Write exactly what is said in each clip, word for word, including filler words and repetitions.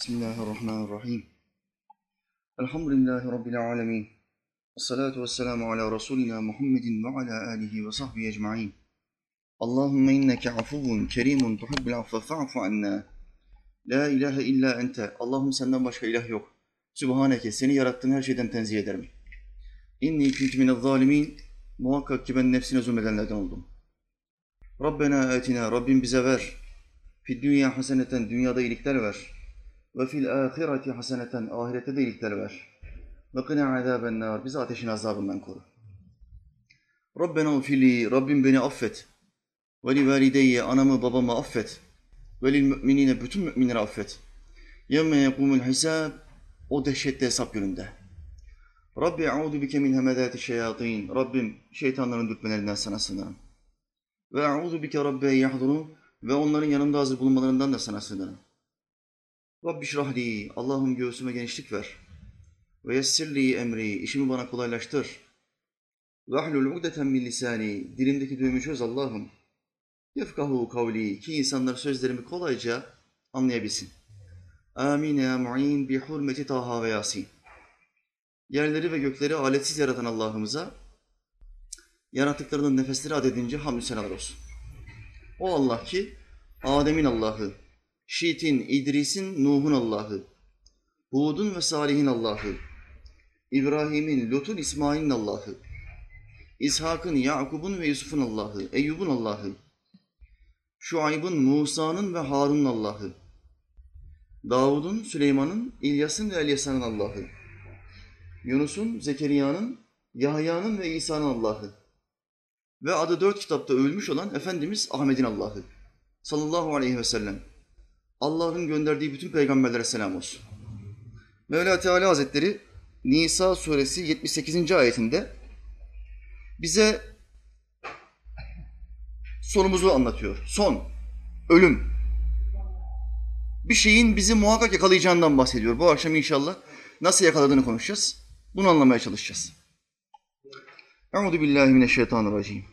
Bismillahirrahmanirrahim. Elhamdülillahi Rabbil alemin. Esselatu vesselamu ala Resulina Muhammedin ve ala alihi ve sahbihi ecma'in. Allahümme inneke afuvun kerimun tuhibbul affe fa'fu anna. La ilahe illa ente. Allah'ım senden başka ilah yok. Sübhaneke, seni yarattığın her şeyden tenzih ederim. İnni kuntu minez zalimin. Muhakkak ki ben nefsine zulmedenlerden oldum. Rabbena atina, Rabbim bize ver. Fid dünya haseneten, dünyada iyilikler ver. Ve fil ahireti haseneten, ahirette de iyilikler ver. Ve qina azaben nar, bizi ateşin azabından koru. Rabbena ufili, Rabbim beni affet. Ve li valideyye, anamı babamı affet. Ve lil müminine, bütün müminleri affet. Yevme yekumul hisab, o dehşetli hesap gününde. Rabbi a'udu bike min hemedati şeyatin, Rabbim şeytanların dürtmelerinden sana sığınırım. Ve a'udu bike rabbe yahdurun, ve onların yanımda hazır bulunmalarından da sana sığınırım. Rabbi şrahli, Allah'ım göğsüme genişlik ver. Ve yessirli emri, işimi bana kolaylaştır. Ve ahlul ugdeten min lisani, dilimdeki düğümü çöz Allah'ım. Yefkahu kavli, ki insanlar sözlerimi kolayca anlayabilsin. Amin ya mu'in bi hurmeti Taha ve Yasin. Yerleri ve gökleri aletsiz yaratan Allah'ımıza, yarattıklarının nefesleri adedince hamdü senalar olsun. O Allah ki, Adem'in Allah'ı, Şit'in, İdris'in, Nuh'un Allah'ı, Hud'un ve Salih'in Allah'ı, İbrahim'in, Lut'un, İsmail'in Allah'ı, İshak'ın, Yakub'un ve Yusuf'un Allah'ı, Eyyub'un Allah'ı, Şuayb'ın, Musa'nın ve Harun'un Allah'ı, Davud'un, Süleyman'ın, İlyas'ın ve Elyasa'nın Allah'ı, Yunus'un, Zekeriya'nın, Yahya'nın ve İsa'nın Allah'ı ve adı dört kitapta övülmüş olan Efendimiz Ahmet'in Allah'ı sallallahu aleyhi ve sellem. Allah'ın gönderdiği bütün peygamberlere selam olsun. Mevla Teala Hazretleri Nisa suresi yetmiş sekizinci ayetinde bize sonumuzu anlatıyor. Son, ölüm. Bir şeyin bizi muhakkak yakalayacağından bahsediyor. Bu akşam inşallah nasıl yakaladığını konuşacağız. Bunu anlamaya çalışacağız. Euzu billahi mineşşeytanirracim.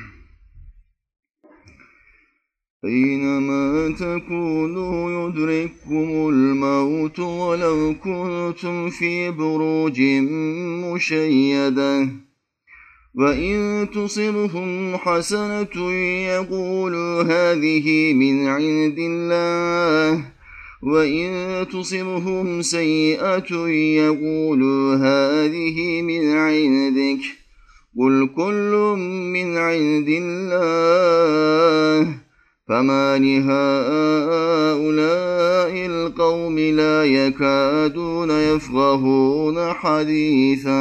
أينما تكونوا يدرككم الموت ولو كنتم في بروج مشيدة وإن تصبهم حسنة يقولوا هذه من عند الله وإن تصبهم سيئة يقولوا هذه من عندك قل كل من عند الله فَمَا لِهَٰؤُلَاءِ الْقَوْمِ لَا يَكَادُونَ يَفْقَهُونَ حَدِيثًا.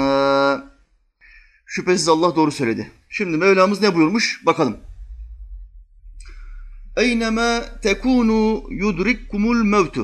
Şüphesiz Allah doğru söyledi. Şimdi Mevlamız ne buyurmuş? Bakalım. اَيْنَمَا تَكُونُوا يُدْرِكْكُمُ الْمَوْتُ.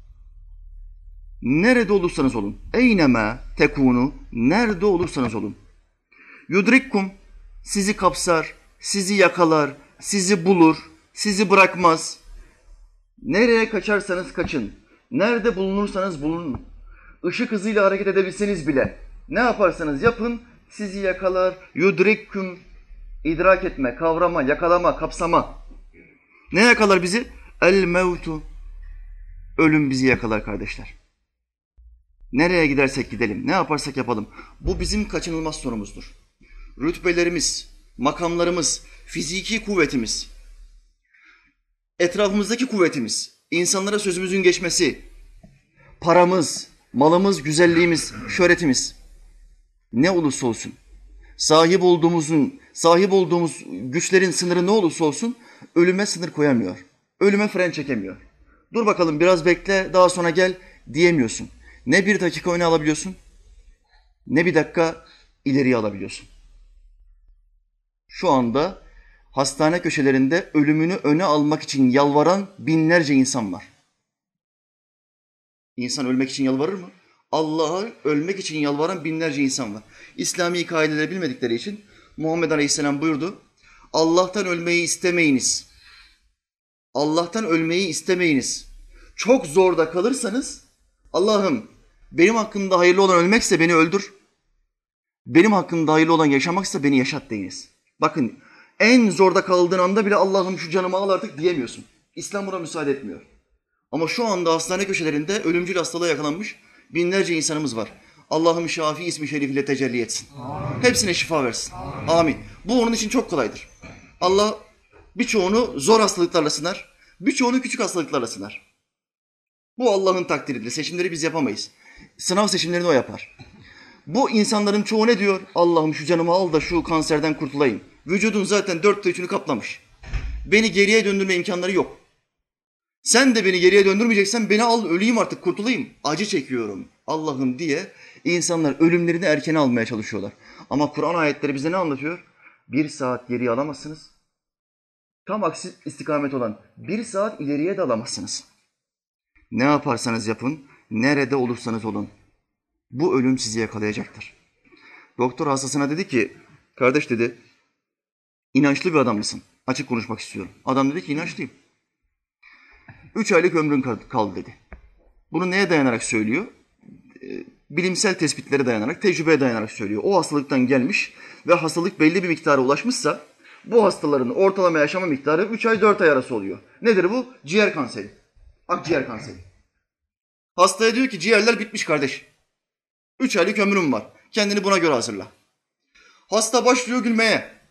Nerede olursanız olun. اَيْنَمَا تَكُونُوا, nerede olursanız olun. يُدْرِكْكُمْ, sizi kapsar, sizi yakalar, sizi bulur, sizi bırakmaz. Nereye kaçarsanız kaçın, nerede bulunursanız bulunun. Işık hızıyla hareket edebilseniz bile, ne yaparsanız yapın, sizi yakalar. Yudrikküm, idrak etme, kavrama, yakalama, kapsama. Ne yakalar bizi? El mevtu, ölüm bizi yakalar kardeşler. Nereye gidersek gidelim, ne yaparsak yapalım. Bu bizim kaçınılmaz sorumuzdur. Rütbelerimiz, makamlarımız, fiziki kuvvetimiz, etrafımızdaki kuvvetimiz, insanlara sözümüzün geçmesi, paramız, malımız, güzelliğimiz, şöhretimiz, ne olursa olsun, sahip olduğumuzun, sahip olduğumuz güçlerin sınırı ne olursa olsun, ölüme sınır koyamıyor. Ölüme fren çekemiyor. Dur bakalım biraz bekle, daha sonra gel diyemiyorsun. Ne bir dakika öne alabiliyorsun, ne bir dakika ileriye alabiliyorsun. Şu anda hastane köşelerinde ölümünü öne almak için yalvaran binlerce insan var. İnsan ölmek için yalvarır mı? Allah'a ölmek için yalvaran binlerce insan var. İslami kaideleri bilmedikleri için Muhammed Aleyhisselam buyurdu. Allah'tan ölmeyi istemeyiniz. Allah'tan ölmeyi istemeyiniz. Çok zorda kalırsanız Allah'ım benim hakkımda hayırlı olan ölmekse beni öldür. Benim hakkımda hayırlı olan yaşamaksa beni yaşat deyiniz. Bakın en zorda kaldığın anda bile Allah'ım şu canımı al artık diyemiyorsun. İslam buna müsaade etmiyor. Ama şu anda hastane köşelerinde ölümcül hastalığa yakalanmış binlerce insanımız var. Allah'ım Şafi ismi şerifiyle tecelli etsin. Amin. Hepsine şifa versin. Amin. Amin. Bu onun için çok kolaydır. Allah birçoğunu zor hastalıklarla sınar, birçoğunu küçük hastalıklarla sınar. Bu Allah'ın takdiridir. Seçimleri biz yapamayız. Sınav seçimlerini o yapar. Bu insanların çoğu ne diyor? Allah'ım şu canımı al da şu kanserden kurtulayım. Vücudun zaten dörtte üçünü kaplamış. Beni geriye döndürme imkanları yok. Sen de beni geriye döndürmeyeceksen beni al, öleyim artık, kurtulayım. Acı çekiyorum Allah'ım diye insanlar ölümlerini erken almaya çalışıyorlar. Ama Kur'an ayetleri bize ne anlatıyor? Bir saat geriye alamazsınız. Tam aksi istikamet olan bir saat ileriye de alamazsınız. Ne yaparsanız yapın, nerede olursanız olun. Bu ölüm sizi yakalayacaktır. Doktor hastasına dedi ki, kardeş dedi, inançlı bir adam mısın? Açık konuşmak istiyorum. Adam dedi ki inançlıyım. Üç aylık ömrün kaldı dedi. Bunu neye dayanarak söylüyor? Bilimsel tespitlere dayanarak, tecrübeye dayanarak söylüyor. O hastalıktan gelmiş ve hastalık belli bir miktara ulaşmışsa bu hastaların ortalama yaşama miktarı üç ay dört ay arası oluyor. Nedir bu? Ciğer kanseri. Akciğer kanseri. Hastaya diyor ki ciğerler bitmiş kardeş. Üç aylık ömrüm var. Kendini buna göre hazırla. Hasta başlıyor gülmeye.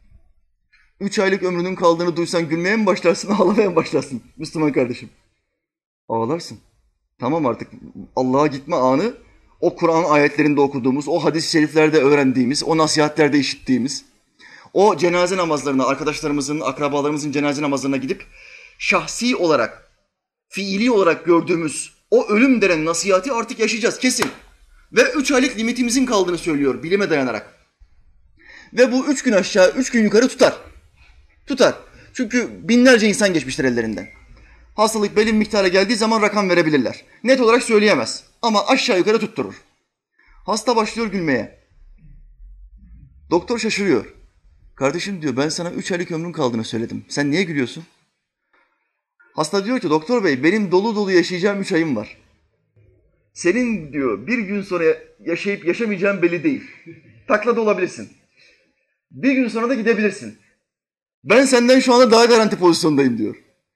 Üç aylık ömrünün kaldığını duysan gülmeye mi başlarsın, ağlamaya mı başlarsın Müslüman kardeşim? Ağlarsın. Tamam artık Allah'a gitme anı, o Kur'an ayetlerinde okuduğumuz, o hadis-i şeriflerde öğrendiğimiz, o nasihatlerde işittiğimiz, o cenaze namazlarına, arkadaşlarımızın, akrabalarımızın cenaze namazlarına gidip şahsi olarak, fiili olarak gördüğümüz o ölüm denen nasihati artık yaşayacağız kesin. Ve üç aylık limitimizin kaldığını söylüyor bilime dayanarak. Ve bu üç gün aşağı, üç gün yukarı tutar. Tutar. Çünkü binlerce insan geçmiştir ellerinden. Hastalık belli bir miktara geldiği zaman rakam verebilirler. Net olarak söyleyemez. Ama aşağı yukarı tutturur. Hasta başlıyor gülmeye. Doktor şaşırıyor. Kardeşim diyor ben sana üç aylık ömrün kaldığını söyledim. Sen niye gülüyorsun? Hasta diyor ki doktor bey benim dolu dolu yaşayacağım üç ayım var. Senin diyor bir gün sonra yaşayıp yaşamayacağın belli değil. Takla da olabilirsin. Bir gün sonra da gidebilirsin. Ben senden şu anda daha garanti pozisyondayım diyor.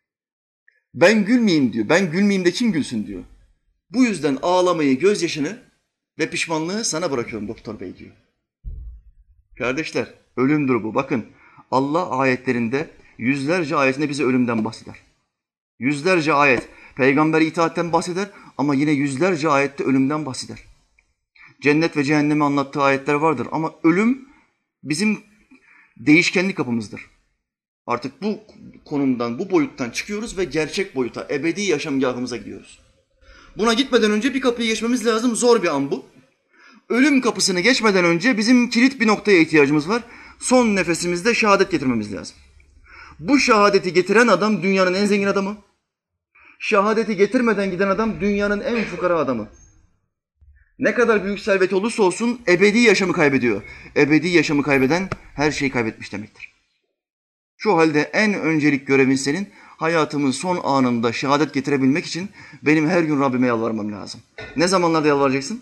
Ben gülmeyeyim diyor. Ben gülmeyeyim de kim gülsün diyor. Bu yüzden ağlamayı, gözyaşını ve pişmanlığı sana bırakıyorum doktor bey diyor. Kardeşler, ölümdür bu. Bakın Allah ayetlerinde yüzlerce ayetinde bize ölümden bahseder. Yüzlerce ayet peygambere itaatten bahseder ama yine yüzlerce ayette ölümden bahseder. Cennet ve cehennemi anlattığı ayetler vardır ama ölüm bizim değişkenlik kapımızdır. Artık bu konumdan, bu boyuttan çıkıyoruz ve gerçek boyuta, ebedi yaşamgahımıza gidiyoruz. Buna gitmeden önce bir kapıyı geçmemiz lazım. Zor bir an bu. Ölüm kapısını geçmeden önce bizim kilit bir noktaya ihtiyacımız var. Son nefesimizde şehadet getirmemiz lazım. Bu şehadeti getiren adam dünyanın en zengin adamı. Şehadeti getirmeden giden adam dünyanın en fukara adamı. Ne kadar büyük serveti olursa olsun ebedi yaşamı kaybediyor. Ebedi yaşamı kaybeden her şeyi kaybetmiş demektir. Şu halde en öncelik görevin senin hayatımın son anında şehadet getirebilmek için benim her gün Rabbime yalvarmam lazım. Ne zamanlarda yalvaracaksın?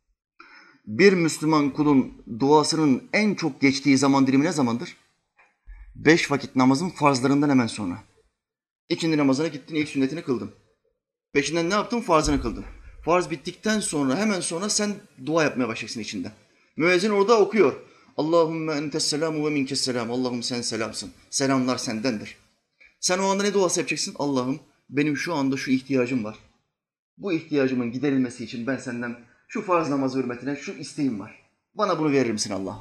Bir Müslüman kulun duasının en çok geçtiği zaman dilimi ne zamandır? Beş vakit namazın farzlarından hemen sonra. İkindi namazına gittin, ilk sünnetini kıldın. Peşinden ne yaptın? Farzını kıldın. Farz bittikten sonra, hemen sonra sen dua yapmaya başlayacaksın içinde. Müezzin orada okuyor. Allahümme entes selamu ve minkes selam. Allah'ım sen selamsın. Selamlar sendendir. Sen o anda ne duası yapacaksın? Allah'ım benim şu anda şu ihtiyacım var. Bu ihtiyacımın giderilmesi için ben senden şu farz namazı hürmetine şu isteğim var. Bana bunu verir misin Allah'ım?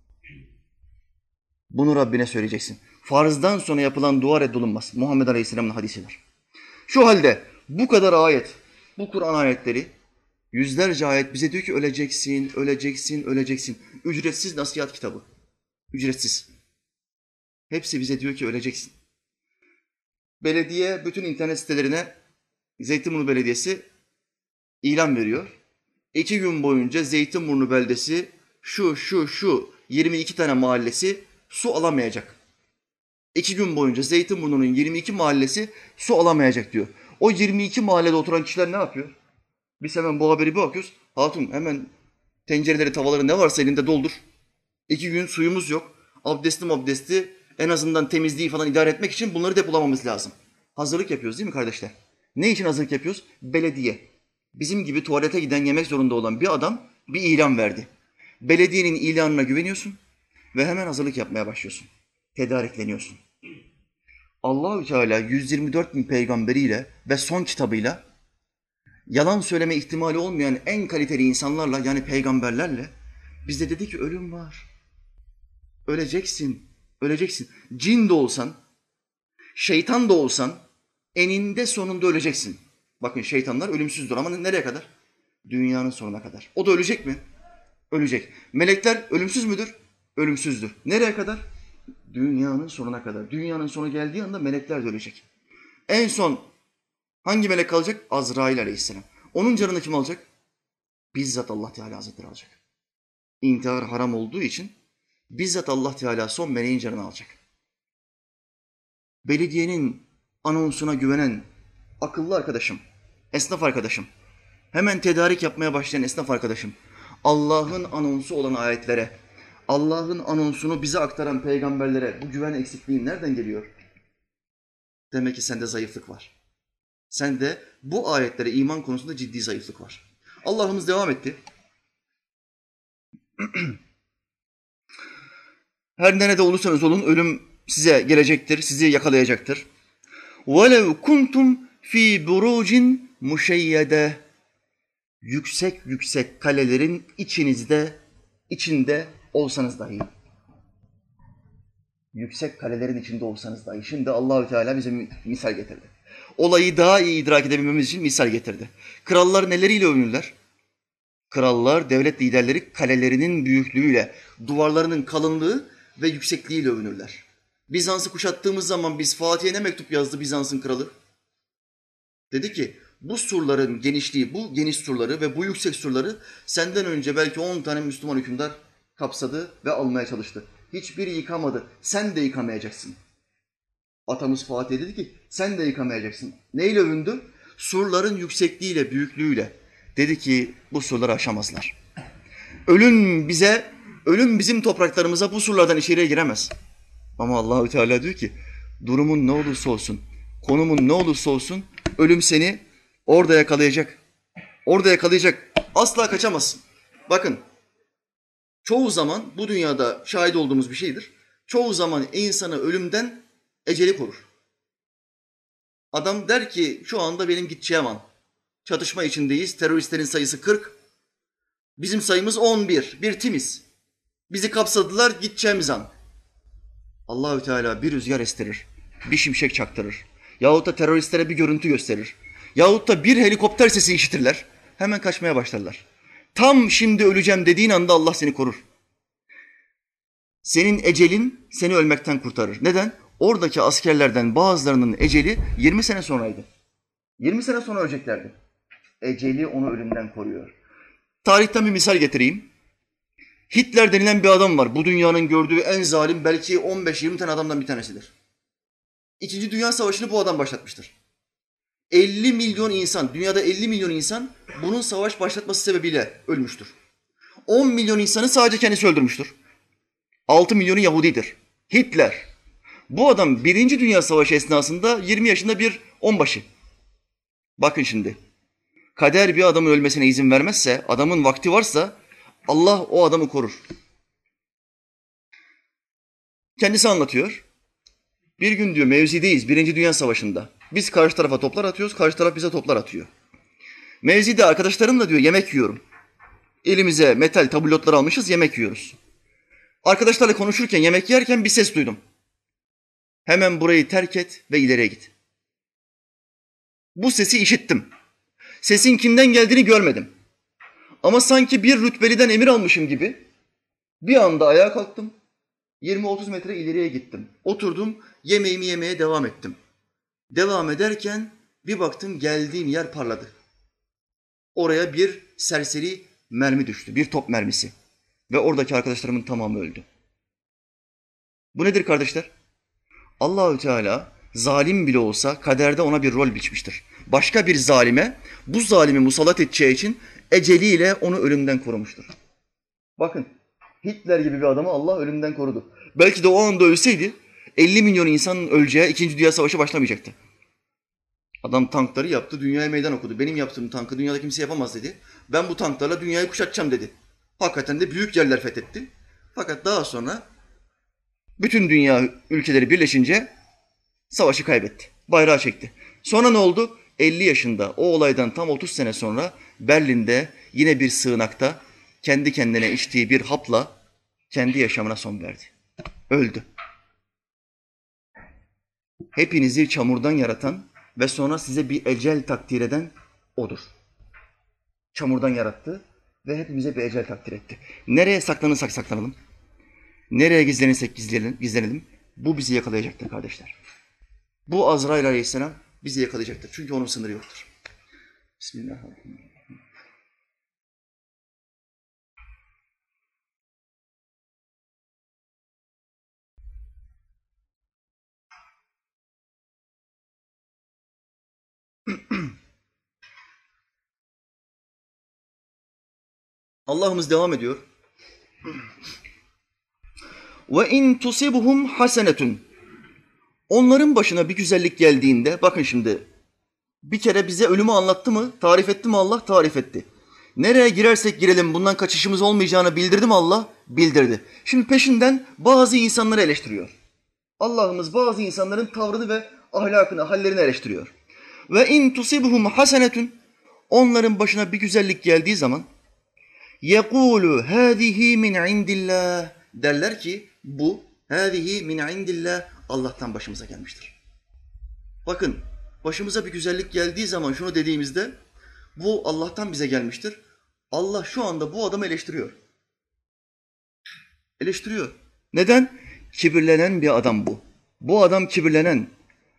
Bunu Rabbine söyleyeceksin. Farzdan sonra yapılan dua reddolunmaz. Muhammed Aleyhisselam'ın hadisidir. Şu halde bu kadar ayet, bu Kur'an ayetleri, yüzlerce ayet bize diyor ki öleceksin, öleceksin, öleceksin. Ücretsiz nasihat kitabı. Ücretsiz. Hepsi bize diyor ki öleceksin. Belediye bütün internet sitelerine, Zeytinburnu Belediyesi ilan veriyor. İki gün boyunca Zeytinburnu beldesi şu, şu, şu yirmi iki tane mahallesi su alamayacak. İki gün boyunca Zeytinburnu'nun yirmi iki mahallesi su alamayacak diyor. O yirmi iki mahallede oturan kişiler ne yapıyor? Biz hemen bu haberi bir bakıyoruz. Hatun hemen tencereleri, tavaları ne varsa elinde doldur. İki gün suyumuz yok. Abdesti mabdesti en azından temizliği falan idare etmek için bunları depolamamız lazım. Hazırlık yapıyoruz değil mi kardeşler? Ne için hazırlık yapıyoruz? Belediye. Bizim gibi tuvalete giden, yemek zorunda olan bir adam bir ilan verdi. Belediyenin ilanına güveniyorsun ve hemen hazırlık yapmaya başlıyorsun. Tedarikleniyorsun. Allah-u Teala yüz yirmi dört bin peygamberiyle ve son kitabıyla yalan söyleme ihtimali olmayan en kaliteli insanlarla, yani peygamberlerle bize dedi ki ölüm var. Öleceksin, öleceksin. Cin de olsan, şeytan da olsan eninde sonunda öleceksin. Bakın şeytanlar ölümsüzdür ama nereye kadar? Dünyanın sonuna kadar. O da ölecek mi? Ölecek. Melekler ölümsüz müdür? Ölümsüzdür. Nereye kadar? Dünyanın sonuna kadar. Dünyanın sonu geldiği anda melekler de ölecek. En son hangi melek kalacak? Azrail aleyhisselam. Onun canını kim alacak? Bizzat Allah Teala Hazretleri alacak. İntihar haram olduğu için bizzat Allah Teala son meleğin canını alacak. Belediyenin anonsuna güvenen akıllı arkadaşım, esnaf arkadaşım, hemen tedarik yapmaya başlayan esnaf arkadaşım, Allah'ın anonsu olan ayetlere, Allah'ın anonsunu bize aktaran peygamberlere bu güven eksikliği nereden geliyor? Demek ki sende zayıflık var. Sende bu ayetlere iman konusunda ciddi zayıflık var. Allah'ımız devam etti. Her nerede olursanız olun ölüm size gelecektir, sizi yakalayacaktır. وَلَوْ كُنْتُمْ ف۪ي بُرُوجٍ مُشَيَّدَةٍ Yüksek yüksek kalelerin içinizde, içinde olsanız dahi. Yüksek kalelerin içinde olsanız dahi. Şimdi Allah-u Teala bize misal getirdi. Olayı daha iyi idrak edebilmemiz için misal getirdi. Krallar neleriyle övünürler? Krallar, devlet liderleri kalelerinin büyüklüğüyle, duvarlarının kalınlığı ve yüksekliğiyle övünürler. Bizans'ı kuşattığımız zaman biz Fatih'e ne mektup yazdı Bizans'ın kralı? Dedi ki bu surların genişliği, bu geniş surları ve bu yüksek surları senden önce belki on tane Müslüman hükümdar kapsadı ve almaya çalıştı. Hiçbiri yıkamadı. Sen de yıkamayacaksın. Atamız Fatih dedi ki sen de yıkamayacaksın. Neyle övündü? Surların yüksekliğiyle, büyüklüğüyle. Dedi ki bu surları aşamazlar. Ölüm bize, ölüm bizim topraklarımıza bu surlardan içeriye giremez. Ama Allah-u Teala diyor ki durumun ne olursa olsun, konumun ne olursa olsun ölüm seni orada yakalayacak. Orada yakalayacak. Asla kaçamazsın. Bakın çoğu zaman bu dünyada şahit olduğumuz bir şeydir. Çoğu zaman insanı ölümden eceli korur. Adam der ki şu anda benim gideceğim an. Çatışma içindeyiz. Teröristlerin sayısı kırk. Bizim sayımız on bir. Bir timiz. Bizi kapsadılar gideceğimiz an. Allahü Teala bir rüzgar estirir. Bir şimşek çaktırır. Yahut da teröristlere bir görüntü gösterir. Yahut da bir helikopter sesi işitirler. Hemen kaçmaya başlarlar. Tam şimdi öleceğim dediğin anda Allah seni korur. Senin ecelin seni ölmekten kurtarır. Neden? Oradaki askerlerden bazılarının eceli yirmi sene sonraydı. yirmi sene sonra öleceklerdi. Eceli onu ölümden koruyor. Tarihten bir misal getireyim. Hitler denilen bir adam var. Bu dünyanın gördüğü en zalim belki on beş yirmi tane adamdan bir tanesidir. İkinci Dünya Savaşı'nı bu adam başlatmıştır. elli milyon insan, dünyada elli milyon insan bunun savaş başlatması sebebiyle ölmüştür. on milyon insanı sadece kendisi öldürmüştür. altı milyonu Yahudidir. Hitler. Bu adam Birinci Dünya Savaşı esnasında yirmi yaşında bir onbaşı. Bakın şimdi. Kader bir adamın ölmesine izin vermezse, adamın vakti varsa Allah o adamı korur. Kendisi anlatıyor. Bir gün diyor mevzideyiz Birinci Dünya Savaşı'nda. Biz karşı tarafa toplar atıyoruz, karşı taraf bize toplar atıyor. Mevzide arkadaşlarımla diyor yemek yiyorum. Elimize metal tabulotlar almışız, yemek yiyoruz. Arkadaşlarla konuşurken, yemek yerken bir ses duydum. Hemen burayı terk et ve ileriye git. Bu sesi işittim. Sesin kimden geldiğini görmedim. Ama sanki bir rütbeliden emir almışım gibi bir anda ayağa kalktım. yirmi otuz metre ileriye gittim. Oturdum, yemeğimi yemeye devam ettim. Devam ederken bir baktım geldiğim yer parladı. Oraya bir serseri mermi düştü, bir top mermisi. Ve oradaki arkadaşlarımın tamamı öldü. Bu nedir kardeşler? Allahü Teala zalim bile olsa kaderde ona bir rol biçmiştir. Başka bir zalime bu zalimi musallat edeceği için eceliyle onu ölümden korumuştur. Bakın Hitler gibi bir adamı Allah ölümden korudu. Belki de o anda ölseydi elli milyon insanın öleceği İkinci Dünya Savaşı başlamayacaktı. Adam tankları yaptı, dünyaya meydan okudu. Benim yaptığım tankı dünyada kimse yapamaz dedi. Ben bu tanklarla dünyayı kuşatacağım dedi. Hakikaten de büyük yerler fethetti. Fakat daha sonra bütün dünya ülkeleri birleşince savaşı kaybetti. Bayrağı çekti. Sonra ne oldu? elli yaşında o olaydan tam otuz sene sonra Berlin'de yine bir sığınakta kendi kendine içtiği bir hapla kendi yaşamına son verdi. Öldü. Hepinizi çamurdan yaratan ve sonra size bir ecel takdir eden odur. Çamurdan yarattı ve hepimize bir ecel takdir etti. Nereye saklanırsak saklanalım, nereye gizlenirsek gizlenelim, gizlenelim, bu bizi yakalayacaktır kardeşler. Bu Azrail Aleyhisselam bizi yakalayacaktır. Çünkü onun sınırı yoktur. Bismillahirrahmanirrahim. Allah'ımız devam ediyor. Ve in tusibuhum hasenetun. Onların başına bir güzellik geldiğinde, bakın şimdi, bir kere bize ölümü anlattı mı? Tarif etti mi Allah? Tarif etti. Nereye girersek girelim bundan kaçışımız olmayacağını bildirdi mi Allah? Bildirdi. Şimdi peşinden bazı insanları eleştiriyor. Allah'ımız bazı insanların tavrını ve ahlakını, hallerini eleştiriyor. Ve in tusibuhum hasenetun. Onların başına bir güzellik geldiği zaman yekulu hâzihi min indillah, derler ki bu hâzihi min indillah, Allah'tan başımıza gelmiştir. Bakın, başımıza bir güzellik geldiği zaman şunu dediğimizde bu Allah'tan bize gelmiştir. Allah şu anda bu adamı eleştiriyor. Eleştiriyor. Neden? Kibirlenen bir adam bu. Bu adam kibirlenen.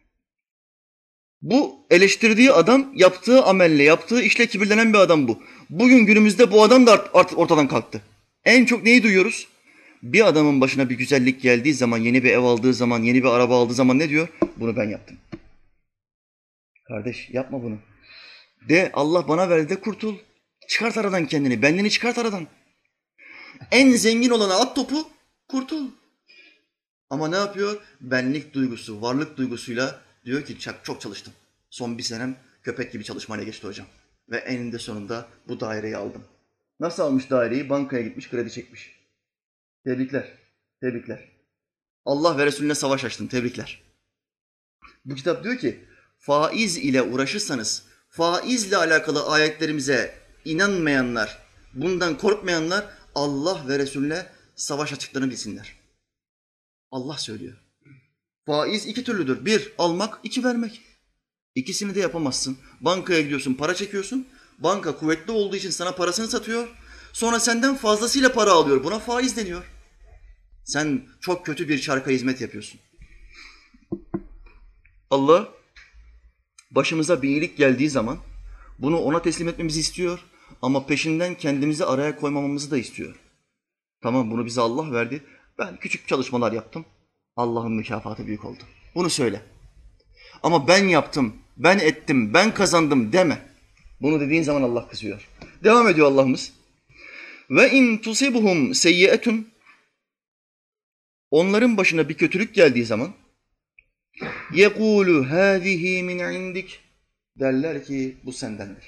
Bu eleştirdiği adam yaptığı amelle, yaptığı işle kibirlenen bir adam bu. Bugün günümüzde bu adam da artık ortadan kalktı. En çok neyi duyuyoruz? Bir adamın başına bir güzellik geldiği zaman, yeni bir ev aldığı zaman, yeni bir araba aldığı zaman ne diyor? Bunu ben yaptım. Kardeş yapma bunu. De Allah bana verdi de kurtul. Çıkart aradan kendini, benliğini çıkart aradan. En zengin olana at topu, kurtul. Ama ne yapıyor? Benlik duygusu, varlık duygusuyla diyor ki çok çalıştım. Son bir senem köpek gibi çalışmayla geçti hocam. Ve eninde sonunda bu daireyi aldım. Nasıl almış daireyi? Bankaya gitmiş, kredi çekmiş. Tebrikler, tebrikler. Allah ve Resulüne savaş açtın, tebrikler. Bu kitap diyor ki, faiz ile uğraşırsanız, faizle alakalı ayetlerimize inanmayanlar, bundan korkmayanlar Allah ve Resulüne savaş açtıklarını bilsinler. Allah söylüyor. Faiz iki türlüdür. Bir, almak, iki, vermek. İkisini de yapamazsın. Bankaya gidiyorsun, para çekiyorsun. Banka kuvvetli olduğu için sana parasını satıyor. Sonra senden fazlasıyla para alıyor. Buna faiz deniyor. Sen çok kötü bir çarka hizmet yapıyorsun. Allah başımıza bir iyilik geldiği zaman bunu ona teslim etmemizi istiyor. Ama peşinden kendimizi araya koymamamızı da istiyor. Tamam, bunu bize Allah verdi. Ben küçük çalışmalar yaptım. Allah'ın mükafatı büyük oldu. Bunu söyle. Ama ben yaptım, ben ettim, ben kazandım deme. Bunu dediğin zaman Allah kızıyor. Devam ediyor Allah'ımız. Ve in tusibuhum seyyi'etun. Onların başına bir kötülük geldiği zaman yekulu hâzihi min indik, derler ki bu sendendir.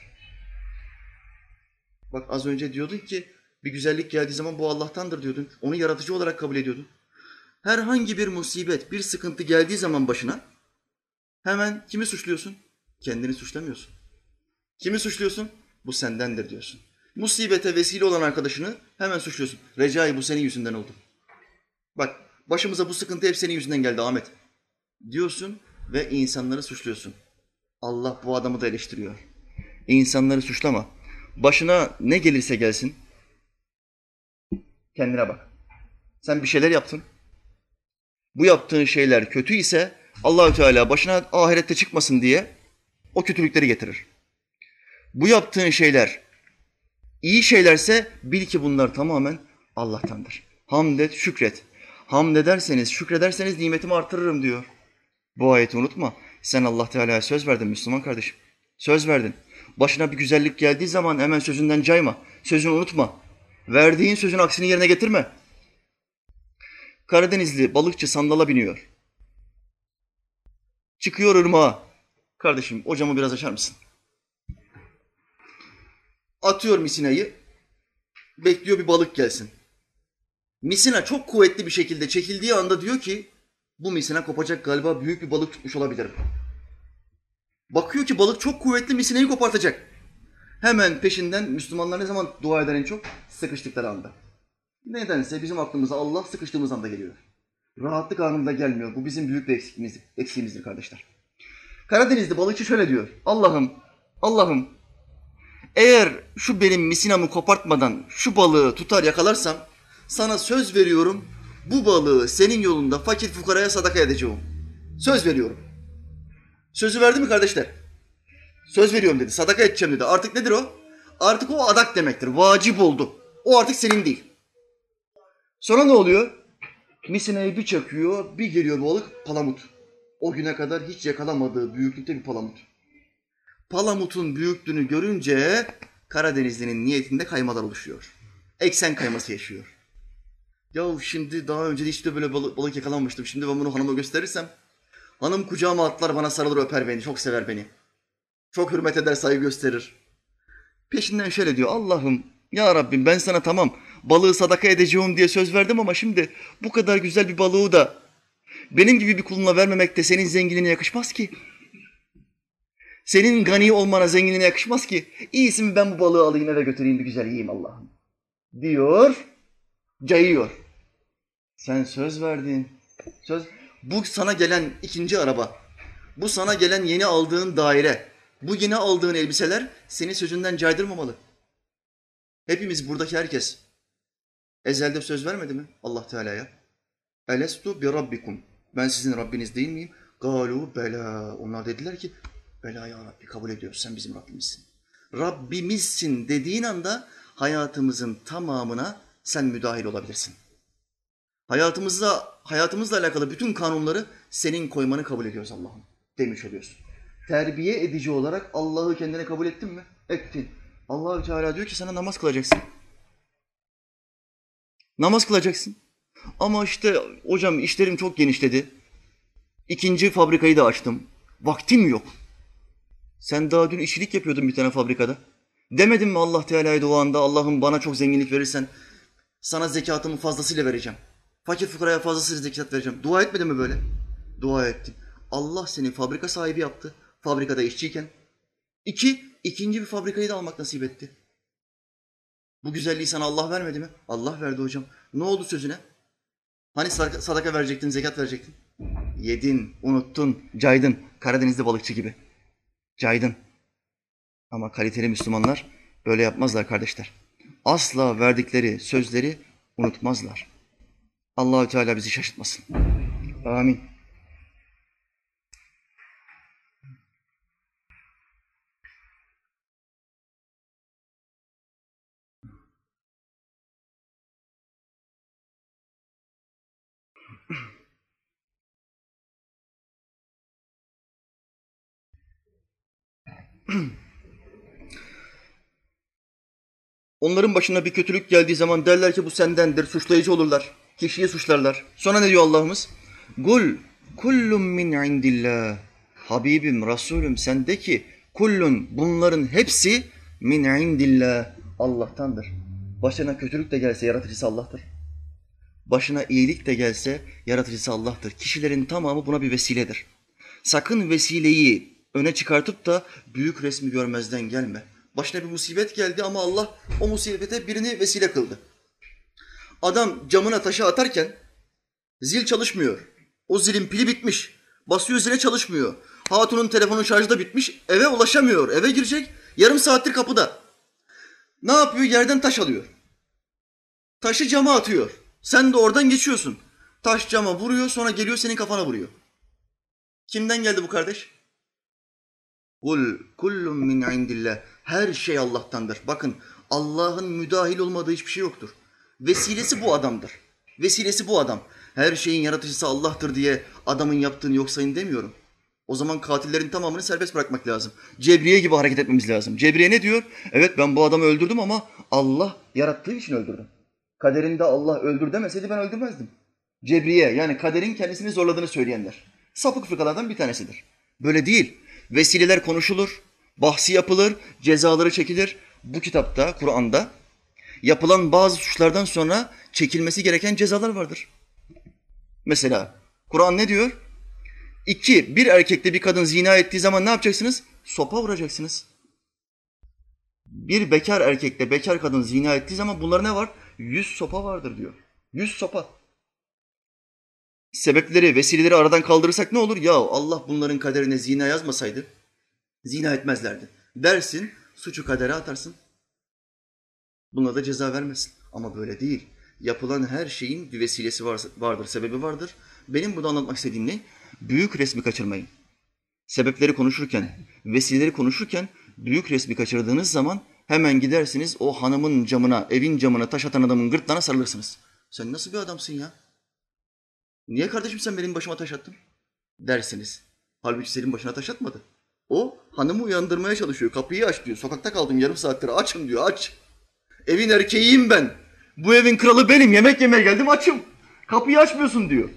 Bak az önce diyordun ki bir güzellik geldiği zaman bu Allah'tandır diyordun. Onu yaratıcı olarak kabul ediyordun. Herhangi bir musibet, bir sıkıntı geldiği zaman başına hemen kimi suçluyorsun? Kendini suçlamıyorsun. Kimi suçluyorsun? Bu sendendir diyorsun. Musibete vesile olan arkadaşını hemen suçluyorsun. Recai bu senin yüzünden oldu. Bak başımıza bu sıkıntı hep senin yüzünden geldi Ahmet diyorsun ve insanları suçluyorsun. Allah bu adamı da eleştiriyor. İnsanları suçlama. Başına ne gelirse gelsin kendine bak. Sen bir şeyler yaptın. Bu yaptığın şeyler kötü ise Allah-u Teala başına ahirette çıkmasın diye o kötülükleri getirir. Bu yaptığın şeyler iyi şeylerse bil ki bunlar tamamen Allah'tandır. Hamd et, şükret. Hamd ederseniz, şükrederseniz nimetimi artırırım diyor. Bu ayeti unutma. Sen Allah Teala'ya söz verdin Müslüman kardeşim. Söz verdin. Başına bir güzellik geldiği zaman hemen sözünden cayma. Sözünü unutma. Verdiğin sözün aksini yerine getirme. Karadenizli balıkçı sandala biniyor. Çıkıyor ırmağa. Kardeşim o camı biraz açar mısın? Atıyor misinayı. Bekliyor bir balık gelsin. Misina çok kuvvetli bir şekilde çekildiği anda diyor ki bu misina kopacak, galiba büyük bir balık tutmuş olabilirim. Bakıyor ki balık çok kuvvetli, misinayı kopartacak. Hemen peşinden Müslümanlar ne zaman dua eder en çok? Sıkıştıkları anda. Nedense bizim aklımıza Allah sıkıştığımız anda geliyor. Rahatlık anında gelmiyor. Bu bizim büyük bir eksiğimizdir, eksiğimizdir kardeşler. Karadenizli balıkçı şöyle diyor. Allah'ım, Allah'ım eğer şu benim misinamı kopartmadan şu balığı tutar yakalarsam sana söz veriyorum bu balığı senin yolunda fakir fukaraya sadaka edeceğim. Söz veriyorum. Sözü verdi mi kardeşler? Söz veriyorum dedi. Sadaka edeceğim dedi. Artık nedir o? Artık o adak demektir. Vacip oldu. O artık senin değil. Sonra ne oluyor? Misinayı bir çakıyor, bir geliyor balık palamut. O güne kadar hiç yakalamadığı büyüklükte bir palamut. Palamutun büyüklüğünü görünce Karadenizli'nin niyetinde kaymalar oluşuyor. Eksen kayması yaşıyor. Ya şimdi daha önce de hiç de böyle balık, balık yakalanmıştım. Şimdi ben bunu hanıma gösterirsem hanım kucağıma atlar, bana sarılır, öper beni. Çok sever beni. Çok hürmet eder, saygı gösterir. Peşinden şöyle diyor. Allah'ım, ya Rabbim ben sana tamam balığı sadaka edeceğim diye söz verdim ama şimdi bu kadar güzel bir balığı da benim gibi bir kuluna vermemek de senin zenginliğine yakışmaz ki. Senin gani olmana, zenginliğine yakışmaz ki. İyisi mi ben bu balığı alayım eve götüreyim bir güzel yiyeyim Allah'ım. Diyor, cayıyor. Sen söz verdin. Söz. Bu sana gelen ikinci araba, bu sana gelen yeni aldığın daire, bu yeni aldığın elbiseler seni sözünden caydırmamalı. Hepimiz, buradaki herkes ezelde söz vermedi mi Allah Teala'ya? Elestu bi rabbikum. Ben sizin Rabbiniz değil miyim? Galu bela. Onlar dediler ki bela ya Rabbi, kabul ediyoruz, sen bizim Rabbimizsin. Rabbimizsin dediğin anda hayatımızın tamamına sen müdahil olabilirsin. Hayatımızla, hayatımızla alakalı bütün kanunları senin koymanı kabul ediyoruz Allah'ım demiş oluyorsun. Terbiye edici olarak Allah'ı kendine kabul ettin mi? Ettin. Allah-u Teala diyor ki sana namaz kılacaksın. Namaz kılacaksın. Ama işte hocam işlerim çok genişledi. İkinci fabrikayı da açtım. Vaktim yok. Sen daha dün işçilik yapıyordun bir tane fabrikada. Demedin mi Allah Teala'ya duanda Allah'ım bana çok zenginlik verirsen sana zekatımı fazlasıyla vereceğim. Fakir fukaraya fazlasıyla zekat vereceğim. Dua etmedin mi böyle? Dua ettin. Allah seni fabrika sahibi yaptı. Fabrikada işçiyken. İki, ikinci bir fabrikayı da almak nasip etti. Bu güzelliği sana Allah vermedi mi? Allah verdi hocam. Ne oldu sözüne? Hani sadaka verecektin, zekat verecektin? Yedin, unuttun, caydın. Karadenizli balıkçı gibi. Caydın. Ama kaliteli Müslümanlar böyle yapmazlar kardeşler. Asla verdikleri sözleri unutmazlar. Allah-u Teala bizi şaşırtmasın. Amin. Onların başına bir kötülük geldiği zaman derler ki bu sendendir, suçlayıcı olurlar. Kişiyi suçlarlar. Sonra ne diyor Allah'ımız? Kul kullun min indillah. Habibim, Resulüm sen de ki kullun, bunların hepsi min indillah, Allah'tandır. Başına kötülük de gelse yaratıcısı Allah'tır. Başına iyilik de gelse yaratıcısı Allah'tır. Kişilerin tamamı buna bir vesiledir. Sakın vesileyi öne çıkartıp da büyük resmi görmezden gelme. Başına bir musibet geldi ama Allah o musibete birini vesile kıldı. Adam camına taşı atarken zil çalışmıyor. O zilin pili bitmiş. Basıyor zile, çalışmıyor. Hatunun telefonun şarjı da bitmiş. Eve ulaşamıyor. Eve girecek. Yarım saattir kapıda. Ne yapıyor? Yerden taş alıyor. Taşı cama atıyor. Sen de oradan geçiyorsun. Taş cama vuruyor, sonra geliyor senin kafana vuruyor. Kimden geldi bu kardeş? Kul kullun min indillah. Her şey Allah'tandır. Bakın, Allah'ın müdahil olmadığı hiçbir şey yoktur. Vesilesi bu adamdır. Vesilesi bu adam. Her şeyin yaratıcısı Allah'tır diye adamın yaptığını yok sayın demiyorum. O zaman katillerin tamamını serbest bırakmak lazım. Cebriye gibi hareket etmemiz lazım. Cebriye ne diyor? Evet, ben bu adamı öldürdüm ama Allah yarattığı için öldürdüm. Kaderinde Allah öldür demeseydi ben öldürmezdim. Cebriye, yani kaderin kendisini zorladığını söyleyenler. Sapık fırkalardan bir tanesidir. Böyle değil. Vesileler konuşulur, bahsi yapılır, cezaları çekilir. Bu kitapta, Kur'an'da yapılan bazı suçlardan sonra çekilmesi gereken cezalar vardır. Mesela Kur'an ne diyor? İki, bir erkekle bir kadın zina ettiği zaman ne yapacaksınız? Sopa vuracaksınız. Bir bekar erkekle bekar kadın zina ettiği zaman bunlar ne var? Yüz sopa vardır diyor. Yüz sopa. Sebepleri, vesileleri aradan kaldırırsak ne olur? Ya Allah bunların kaderine zina yazmasaydı zina etmezlerdi. Dersin, suçu kadere atarsın. Buna da ceza vermezsin. Ama böyle değil. Yapılan her şeyin bir vesilesi vardır, sebebi vardır. Benim burada anlatmak istediğim ne? Büyük resmi kaçırmayın. Sebepleri konuşurken, vesileleri konuşurken büyük resmi kaçırdığınız zaman hemen gidersiniz o hanımın camına, evin camına taş atan adamın gırtlağına sarılırsınız. Sen nasıl bir adamsın ya? Niye kardeşim sen benim başıma taş attın? Dersiniz. Halbuki senin başına taş atmadı. O hanımı uyandırmaya çalışıyor. Kapıyı aç diyor. Sokakta kaldım yarım saattir. Açım diyor, aç. Evin erkeğiyim ben. Bu evin kralı benim. Yemek yemeye geldim, açım. Kapıyı açmıyorsun diyor.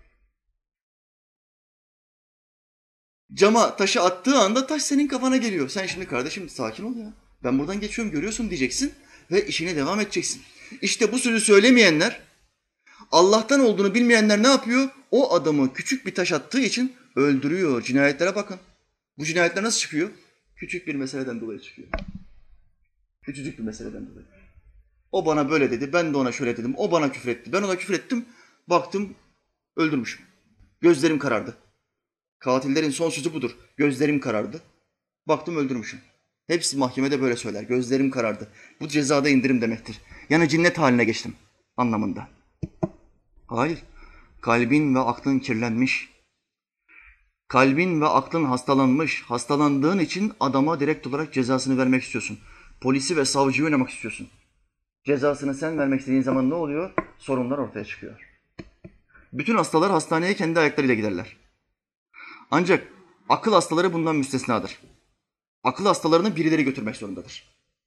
Cama taşı attığı anda taş senin kafana geliyor. Sen şimdi kardeşim sakin ol ya. Ben buradan geçiyorum görüyorsun diyeceksin ve işine devam edeceksin. İşte bu sözü söylemeyenler, Allah'tan olduğunu bilmeyenler ne yapıyor? O adamı küçük bir taş attığı için öldürüyor. Cinayetlere bakın. Bu cinayetler nasıl çıkıyor? Küçük bir meseleden dolayı çıkıyor. Küçücük bir meseleden dolayı. O bana böyle dedi, ben de ona şöyle dedim. O bana küfür etti, ben ona küfür ettim. Baktım öldürmüşüm. Gözlerim karardı. Katillerin son sözü budur. Gözlerim karardı. Baktım öldürmüşüm. Hepsi mahkemede böyle söyler. Gözlerim karardı. Bu cezada indirim demektir. Yani cinnet haline geçtim anlamında. Hayır. Kalbin ve aklın kirlenmiş. Kalbin ve aklın hastalanmış. Hastalandığın için adama direkt olarak cezasını vermek istiyorsun. Polisi ve savcıyı oynamak istiyorsun. Cezasını sen vermek istediğin zaman ne oluyor? Sorunlar ortaya çıkıyor. Bütün hastalar hastaneye kendi ayaklarıyla giderler. Ancak akıl hastaları bundan müstesnadır. Akıl hastalarını birileri götürmek zorundadır.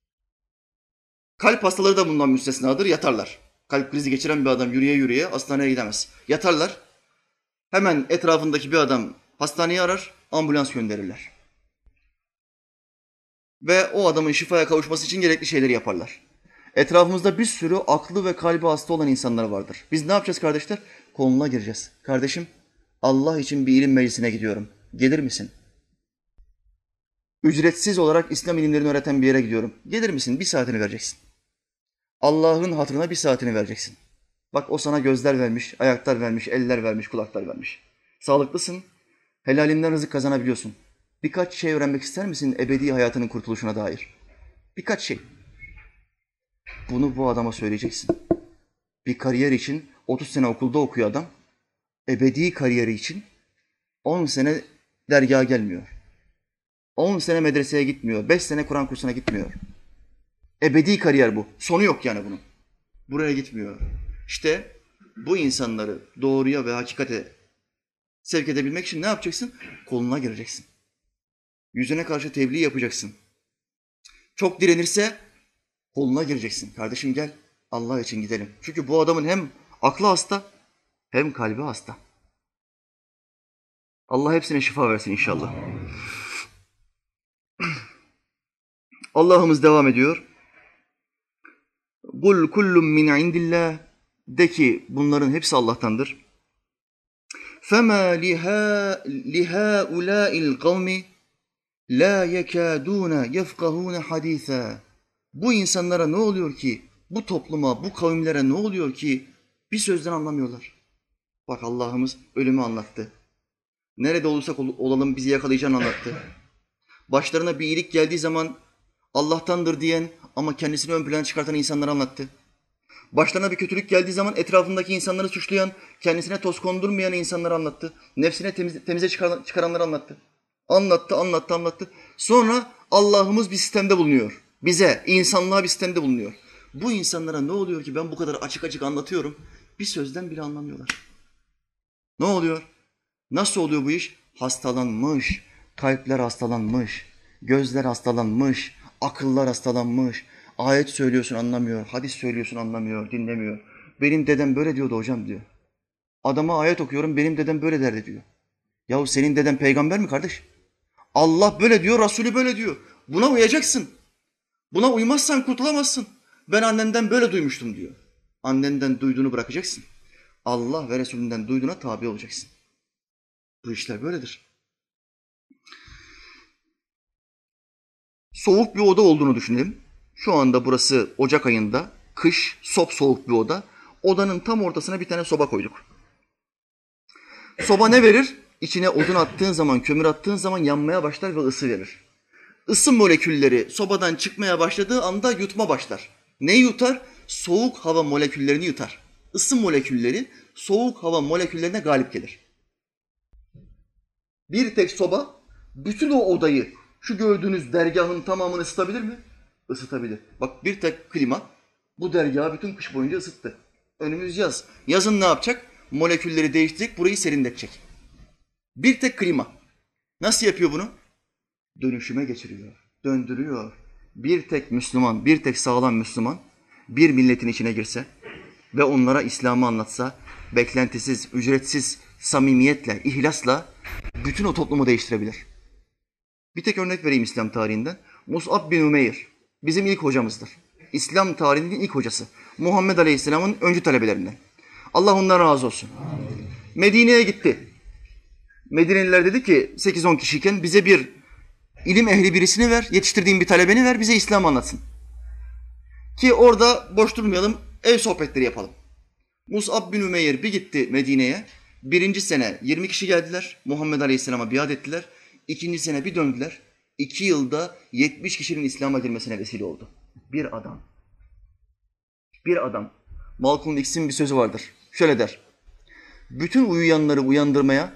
Kalp hastaları da bundan müstesnadır, yatarlar. Kalp krizi geçiren bir adam yürüye yürüye hastaneye gidemez. Yatarlar, hemen etrafındaki bir adam hastaneyi arar, ambulans gönderirler. Ve o adamın şifaya kavuşması için gerekli şeyleri yaparlar. Etrafımızda bir sürü aklı ve kalbi hasta olan insanlar vardır. Biz ne yapacağız kardeşler? Koluna gireceğiz. Kardeşim, Allah için bir ilim meclisine gidiyorum. Gelir misin? Ücretsiz olarak İslam ilimlerini öğreten bir yere gidiyorum. Gelir misin? Bir saatini vereceksin. Allah'ın hatırına bir saatini vereceksin. Bak o sana gözler vermiş, ayaklar vermiş, eller vermiş, kulaklar vermiş. Sağlıklısın, helalinden rızık kazanabiliyorsun. Birkaç şey öğrenmek ister misin ebedi hayatının kurtuluşuna dair? Birkaç şey. Bunu bu adama söyleyeceksin. Bir kariyer için otuz sene okulda okuyor adam. Ebedi kariyeri için on sene dergaha gelmiyor. on sene medreseye gitmiyor. beş sene Kur'an kursuna gitmiyor. Ebedi kariyer bu. Sonu yok yani bunun. Buraya gitmiyor. İşte bu insanları doğruya ve hakikate sevk edebilmek için ne yapacaksın? Koluna gireceksin. Yüzüne karşı tebliğ yapacaksın. Çok direnirse koluna gireceksin. Kardeşim gel, Allah için gidelim. Çünkü bu adamın hem aklı hasta hem kalbi hasta. Allah hepsine şifa versin inşallah. Allah'ımız devam ediyor. Kul kullun min indillah, de ki bunların hepsi Allah'tandır. Fema liha lihaula'il kavmi la yekaduna yefkahuna hadisa. Bu insanlara ne oluyor ki? Bu topluma, bu kavimlere ne oluyor ki? Bir sözden anlamıyorlar. Bak Allah'ımız ölümü anlattı. Nerede olursak olalım bizi yakalayacağını anlattı. Başlarına bir iyilik geldiği zaman Allah'tandır diyen ama kendisini ön plana çıkartan insanları anlattı. Başlarına bir kötülük geldiği zaman etrafındaki insanları suçlayan, kendisine toz kondurmayan insanları anlattı. Nefsine temize, temize çıkaranları anlattı. Anlattı, anlattı, anlattı. Sonra Allah'ımız bir sistemde bulunuyor. Bize, insanlığa bir sistemde bulunuyor. Bu insanlara ne oluyor ki ben bu kadar açık açık anlatıyorum, bir sözden bile anlamıyorlar. Ne oluyor? Nasıl oluyor bu iş? Hastalanmış, kalpler hastalanmış, gözler hastalanmış, akıllar hastalanmış. Ayet söylüyorsun anlamıyor, hadis söylüyorsun anlamıyor, dinlemiyor. Benim dedem böyle diyordu hocam diyor. Adama ayet okuyorum, benim dedem böyle derdi diyor. Yahu senin deden peygamber mi kardeş? Allah böyle diyor, Resulü böyle diyor. Buna uyacaksın. Buna uymazsan kurtulamazsın. Ben annemden böyle duymuştum diyor. Annenden duyduğunu bırakacaksın. Allah ve Resulünden duyduğuna tabi olacaksın. Bu işler böyledir. Soğuk bir oda olduğunu düşünelim. Şu anda burası Ocak ayında, kış, sop soğuk bir oda. Odanın tam ortasına bir tane soba koyduk. Soba ne verir? İçine odun attığın zaman, kömür attığın zaman yanmaya başlar ve ısı verir. Isı molekülleri sobadan çıkmaya başladığı anda yutma başlar. Ne yutar? Soğuk hava moleküllerini yutar. Isı molekülleri soğuk hava moleküllerine galip gelir. Bir tek soba bütün o odayı, şu gördüğünüz dergahın tamamını ısıtabilir mi? Isıtabilir. Bak bir tek klima bu dergahı bütün kış boyunca ısıttı. Önümüz yaz. Yazın ne yapacak? Molekülleri değiştirecek, burayı serinletecek. Bir tek klima. Nasıl yapıyor bunu? Dönüşüme geçiriyor, döndürüyor. Bir tek Müslüman, bir tek sağlam Müslüman bir milletin içine girse ve onlara İslam'ı anlatsa, beklentisiz, ücretsiz, samimiyetle, ihlasla bütün o toplumu değiştirebilir. Bir tek örnek vereyim İslam tarihinden. Mus'ab bin Ümeyr bizim ilk hocamızdır. İslam tarihinin ilk hocası. Muhammed Aleyhisselam'ın öncü talebelerinden. Allah ondan razı olsun. Medine'ye gitti. Medineliler dedi ki sekiz on kişiyken bize bir ilim ehli birisini ver, yetiştirdiğin bir talebeni ver, bize İslam anlatsın. Ki orada boş durmayalım, ev sohbetleri yapalım. Mus'ab bin Ümeyr bir gitti Medine'ye. Birinci sene yirmi kişi geldiler, Muhammed Aleyhisselam'a biat ettiler. İkinci sene bir döndüler. İki yılda yetmiş kişinin İslam'a girmesine vesile oldu. Bir adam. Bir adam. Malcolm X'in bir sözü vardır. Şöyle der. Bütün uyuyanları uyandırmaya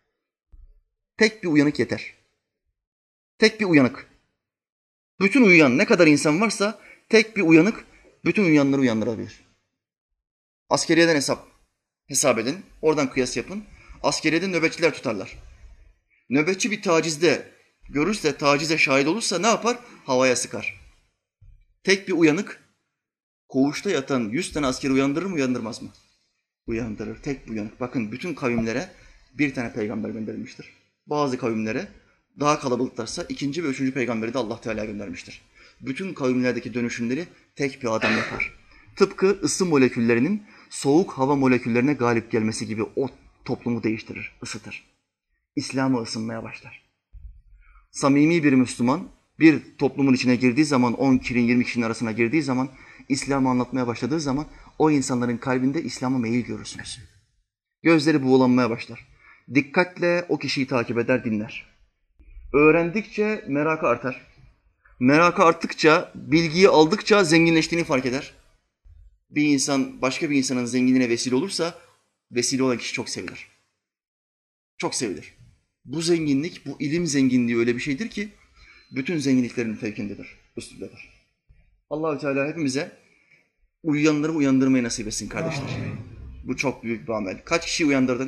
tek bir uyanık yeter. Tek bir uyanık. Bütün uyuyan ne kadar insan varsa tek bir uyanık bütün uyuyanları uyandırabilir. Askeriyeden hesap hesap edin. Oradan kıyas yapın. Askeriyede nöbetçiler tutarlar. Nöbetçi bir tacizde görürse, tacize şahit olursa ne yapar? Havaya sıkar. Tek bir uyanık koğuşta yatan yüz tane askeri uyandırır mı, uyandırmaz mı? Uyandırır. Tek bir uyanık. Bakın bütün kavimlere bir tane peygamber gönderilmiştir. Bazı kavimlere daha kalabalıklarsa ikinci ve üçüncü peygamberi de Allah Teala göndermiştir. Bütün kavimlerdeki dönüşümleri tek bir adam yapar. Tıpkı ısı moleküllerinin soğuk hava moleküllerine galip gelmesi gibi o toplumu değiştirir, ısıtır. İslam'a ısınmaya başlar. Samimi bir Müslüman bir toplumun içine girdiği zaman, on kişinin yirmi kişinin arasına girdiği zaman, İslam'ı anlatmaya başladığı zaman o insanların kalbinde İslam'a meyil görürsünüz. Gözleri buğulanmaya başlar. Dikkatle o kişiyi takip eder, dinler. Öğrendikçe merakı artar. Merakı arttıkça, bilgiyi aldıkça zenginleştiğini fark eder. Bir insan başka bir insanın zenginliğine vesile olursa, vesile olan kişi çok sevilir. Çok sevilir. Bu zenginlik, bu ilim zenginliği öyle bir şeydir ki, bütün zenginliklerin fevkindedir, üstündedir. Allah-u Teala hepimize uyuyanları uyandırmayı nasip etsin kardeşler. Bu çok büyük bir amel. Kaç kişiyi uyandırdın?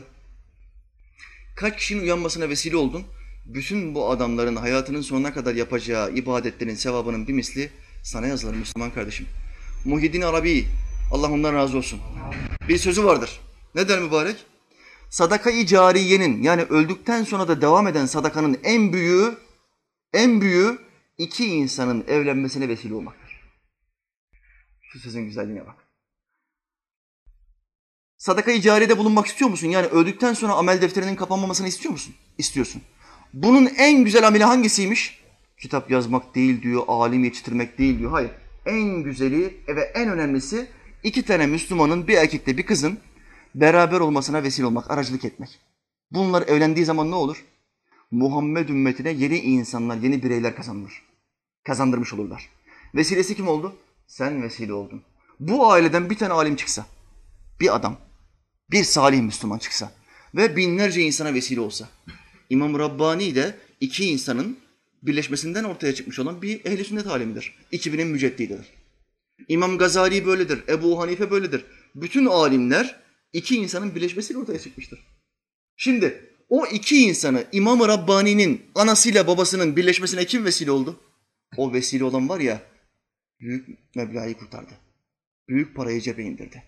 Kaç kişinin uyanmasına vesile oldun? Bütün bu adamların hayatının sonuna kadar yapacağı ibadetlerin sevabının bir misli sana yazılır Müslüman kardeşim. Muhyiddin Arabi, Allah ondan razı olsun. Bir sözü vardır. Ne der mübarek? Sadaka-i cariyenin, yani öldükten sonra da devam eden sadakanın en büyüğü, en büyüğü iki insanın evlenmesine vesile olmaktır. Şu sözün güzelliğine bak. Sadaka-i cariyede bulunmak istiyor musun? Yani öldükten sonra amel defterinin kapanmamasını istiyor musun? İstiyorsun. Bunun en güzel ameli hangisiymiş? Kitap yazmak değil diyor, alim yetiştirmek değil diyor. Hayır. En güzeli ve en önemlisi iki tane Müslümanın, bir erkekle bir kızın beraber olmasına vesile olmak, aracılık etmek. Bunlar evlendiği zaman ne olur? Muhammed ümmetine yeni insanlar, yeni bireyler kazanılır. Kazandırmış olurlar. Vesilesi kim oldu? Sen vesile oldun. Bu aileden bir tane alim çıksa, bir adam, bir salih Müslüman çıksa ve binlerce insana vesile olsa, İmam Rabbani de iki insanın birleşmesinden ortaya çıkmış olan bir ehl-i sünnet alemidir. iki binin müceddididir. İmam Gazali böyledir, Ebu Hanife böyledir. Bütün alimler iki insanın birleşmesiyle ortaya çıkmıştır. Şimdi o iki insanı İmam-ı Rabbani'nin anasıyla babasının birleşmesine kim vesile oldu? O vesile olan var ya, büyük meblağı kurtardı. Büyük parayı cebe indirdi.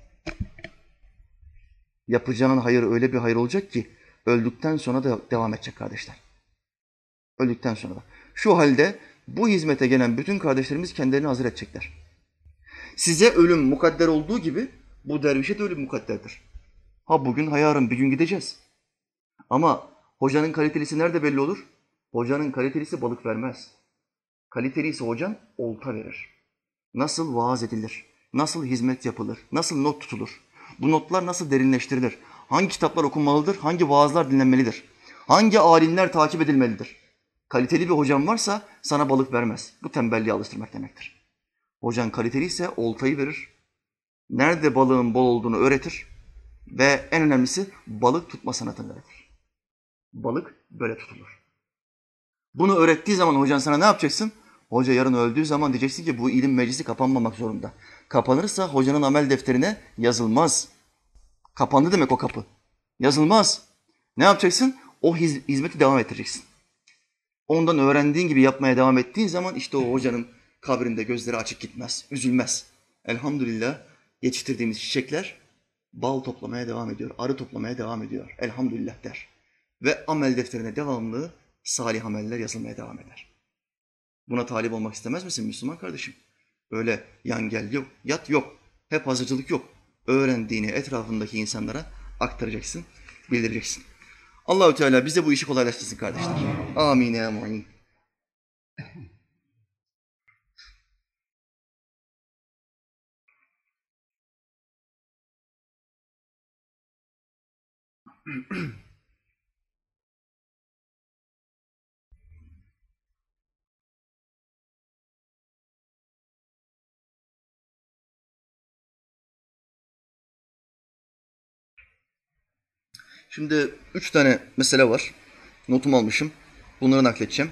Yapacağın hayır öyle bir hayır olacak ki öldükten sonra da devam edecek kardeşler. Öldükten sonra da. Şu halde bu hizmete gelen bütün kardeşlerimiz kendilerini hazır edecekler. Size ölüm mukadder olduğu gibi bu dervişe de ölüm mukadderdir. Ha bugün ha yarın bir gün gideceğiz. Ama hocanın kalitelisi nerede belli olur? Hocanın kalitelisi balık vermez. Kalitelisi hocan olta verir. Nasıl vaaz edilir? Nasıl hizmet yapılır? Nasıl not tutulur? Bu notlar nasıl derinleştirilir? Hangi kitaplar okunmalıdır? Hangi vaazlar dinlenmelidir? Hangi alimler takip edilmelidir? Kaliteli bir hocan varsa sana balık vermez. Bu tembelliğe alıştırmak demektir. Hocan kaliteliyse oltayı verir. Nerede balığın bol olduğunu öğretir. Ve en önemlisi balık tutma sanatını öğretir. Balık böyle tutulur. Bunu öğrettiği zaman hocan sana ne yapacaksın? Hoca yarın öldüğü zaman diyeceksin ki bu ilim meclisi kapanmamak zorunda. Kapanırsa hocanın amel defterine yazılmaz. Kapandı demek o kapı. Yazılmaz. Ne yapacaksın? O hiz- hizmeti devam ettireceksin. Ondan öğrendiğin gibi yapmaya devam ettiğin zaman işte o hocanın kabrinde gözleri açık gitmez, üzülmez. Elhamdülillah yetiştirdiğimiz çiçekler bal toplamaya devam ediyor, arı toplamaya devam ediyor. Elhamdülillah der. Ve amel defterine devamlı salih ameller yazılmaya devam eder. Buna talip olmak istemez misin Müslüman kardeşim? Öyle yan gel yok, yat yok, hep hazırcılık yok. Öğrendiğini etrafındaki insanlara aktaracaksın, bildireceksin. Allah-u Teala bize bu işi kolaylaştırsın kardeşler. Amin ya mu'in. Şimdi üç tane mesele var. Notumu almışım. Bunları nakledeceğim.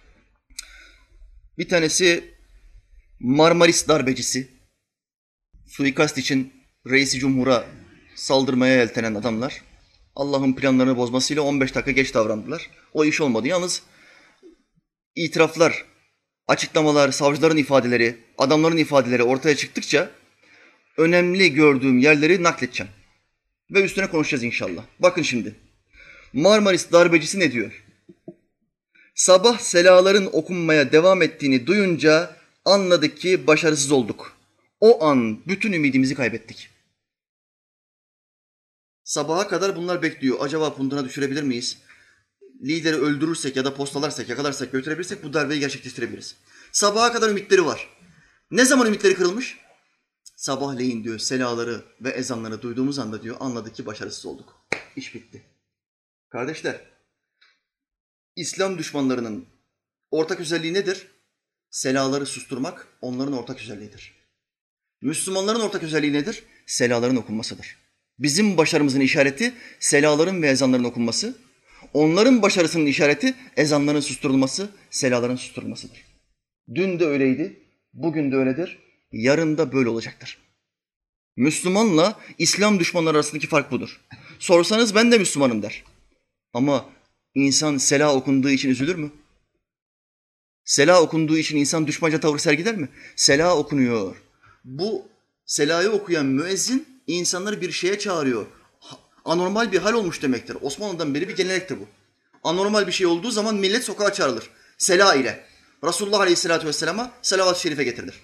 Bir tanesi Marmaris darbecisi. Suikast için Reis-i Cumhur'a saldırmaya yeltenen adamlar. Allah'ın planlarını bozmasıyla on beş dakika geç davrandılar. O iş olmadı. Yalnız itiraflar, açıklamalar, savcıların ifadeleri, adamların ifadeleri ortaya çıktıkça önemli gördüğüm yerleri nakledeceğim. Ve üstüne konuşacağız inşallah. Bakın şimdi. Marmaris darbecisi ne diyor? Sabah selaların okunmaya devam ettiğini duyunca anladık ki başarısız olduk. O an bütün ümidimizi kaybettik. Sabaha kadar bunlar bekliyor. Acaba punduna düşürebilir miyiz? Lideri öldürürsek ya da postalarsak, yakalarsak, götürebilirsek bu darbeyi gerçekleştirebiliriz. Sabaha kadar ümitleri var. Ne zaman ümitleri kırılmış? Sabahleyin diyor selaları ve ezanları duyduğumuz anda diyor anladık ki başarısız olduk. İş bitti. Kardeşler, İslam düşmanlarının ortak özelliği nedir? Selaları susturmak onların ortak özelliğidir. Müslümanların ortak özelliği nedir? Selaların okunmasıdır. Bizim başarımızın işareti selaların ve ezanların okunması, onların başarısının işareti ezanların susturulması, selaların susturulmasıdır. Dün de öyleydi, bugün de öyledir, yarın da böyle olacaktır. Müslümanla İslam düşmanları arasındaki fark budur. Sorsanız ben de Müslümanım der. Ama insan sela okunduğu için üzülür mü? Sela okunduğu için insan düşmanca tavır sergiler mi? Sela okunuyor. Bu selayı okuyan müezzin insanları bir şeye çağırıyor. Anormal bir hal olmuş demektir. Osmanlı'dan beri bir gelenektir bu. Anormal bir şey olduğu zaman millet sokağa çağrılır. Sela ile. Resulullah Aleyhisselatü Vesselam'a salavat-ı şerife getirilir.